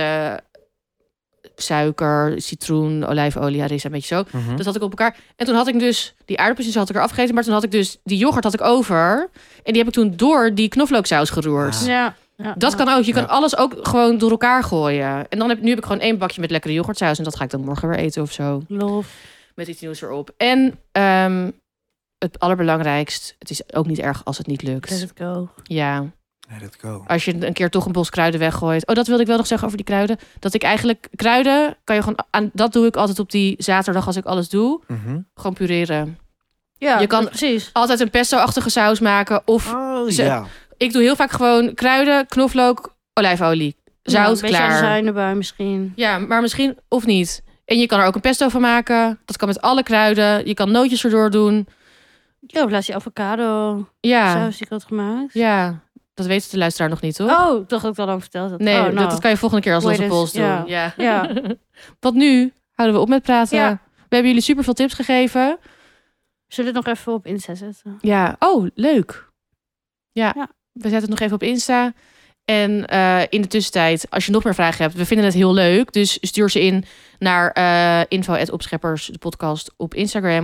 suiker, citroen, olijfolie, harissa, een beetje zo. Dat had ik op elkaar. En toen had ik dus die aardappeltjes had ik eraf gegeten, maar toen had ik dus die yoghurt had ik over. En die heb ik toen door die knoflooksaus geroerd. Ja. Dat kan ook. Je kan alles ook gewoon door elkaar gooien. En dan nu heb ik gewoon 1 bakje met lekkere yoghurtsaus. En dat ga ik dan morgen weer eten of zo. Lof. Met iets nieuws erop. En het allerbelangrijkst, het is ook niet erg als het niet lukt. Let it go. Ja. Let it go. Als je een keer toch een bos kruiden weggooit. Oh, dat wilde ik wel nog zeggen over die kruiden. Dat ik eigenlijk kruiden kan je gewoon dat doe ik altijd op die zaterdag als ik alles doe. Gewoon pureren. Ja, je kan precies. Altijd een pesto-achtige saus maken of ja. Ik doe heel vaak gewoon kruiden, knoflook, olijfolie, zout, een klaar. Beetje azijn erbij misschien. Ja, maar misschien of niet. En je kan er ook een pesto van maken. Dat kan met alle kruiden. Je kan nootjes erdoor doen. Ja, of laat je avocado saus die ik had gemaakt. Ja, dat weet de luisteraar nog niet, toch? Oh, ik dacht dat ik al lang verteld had. Nee, dat kan je volgende keer als losse pols doen. Ja. Want nu houden we op met praten. Ja. We hebben jullie super veel tips gegeven. Zullen we het nog even op Insta zetten? Ja, oh, leuk. Ja, we zetten het nog even op Insta. En in de tussentijd, als je nog meer vragen hebt, we vinden het heel leuk. Dus stuur ze in naar info@opscheppers, de podcast op Instagram.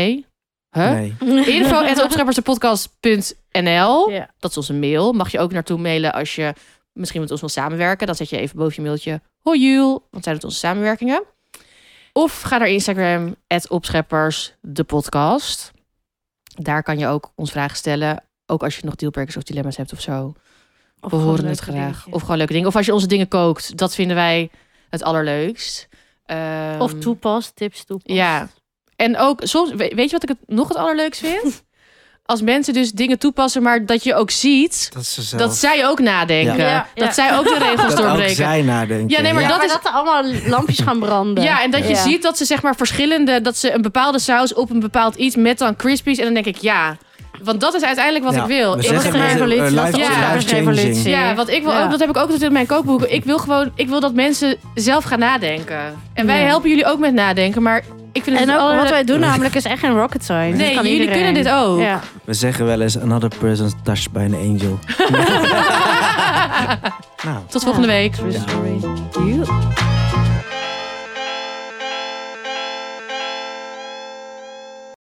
info@opscheppersdepodcast.nl. Ja. Dat is onze mail. Mag je ook naartoe mailen als je misschien met ons wil samenwerken. Dan zet je even boven je mailtje. Hoi Jules, want zij doet onze samenwerkingen. Of ga naar Instagram, @opscheppers, de podcast. Daar kan je ook ons vragen stellen. Ook als je nog dealbreakers of dilemma's hebt of zo. We horen het graag. Dingetjes. Of gewoon leuke dingen. Of als je onze dingen kookt. Dat vinden wij het allerleukst. Of tips toepast. Ja. En ook soms, weet je wat ik nog het allerleukst vind? als mensen dus dingen toepassen, maar dat je ook ziet dat zij ook nadenken. Ja. Dat zij ook de regels dat doorbreken. ook zij nadenken. Ja, nee, maar dat dat is... er allemaal lampjes gaan branden. Ja, en dat je ziet dat ze zeg maar dat ze een bepaalde saus op een bepaald iets met dan crispies. En dan denk ik, ja, want dat is uiteindelijk wat ik wil. We Ik zeggen een revolutie. life- Ja, life-changing. Ja, want ik wil ook, dat heb ik ook altijd in mijn kookboeken. Ik wil dat mensen zelf gaan nadenken. En wij helpen jullie ook met nadenken, maar ik vind het En ook alle- wat wij doen namelijk is echt geen rocket science. Nee, Dat kan jullie iedereen. kunnen dit ook. Ja. We zeggen wel eens another person touched by an angel. Nou. Tot volgende week. Restoring you.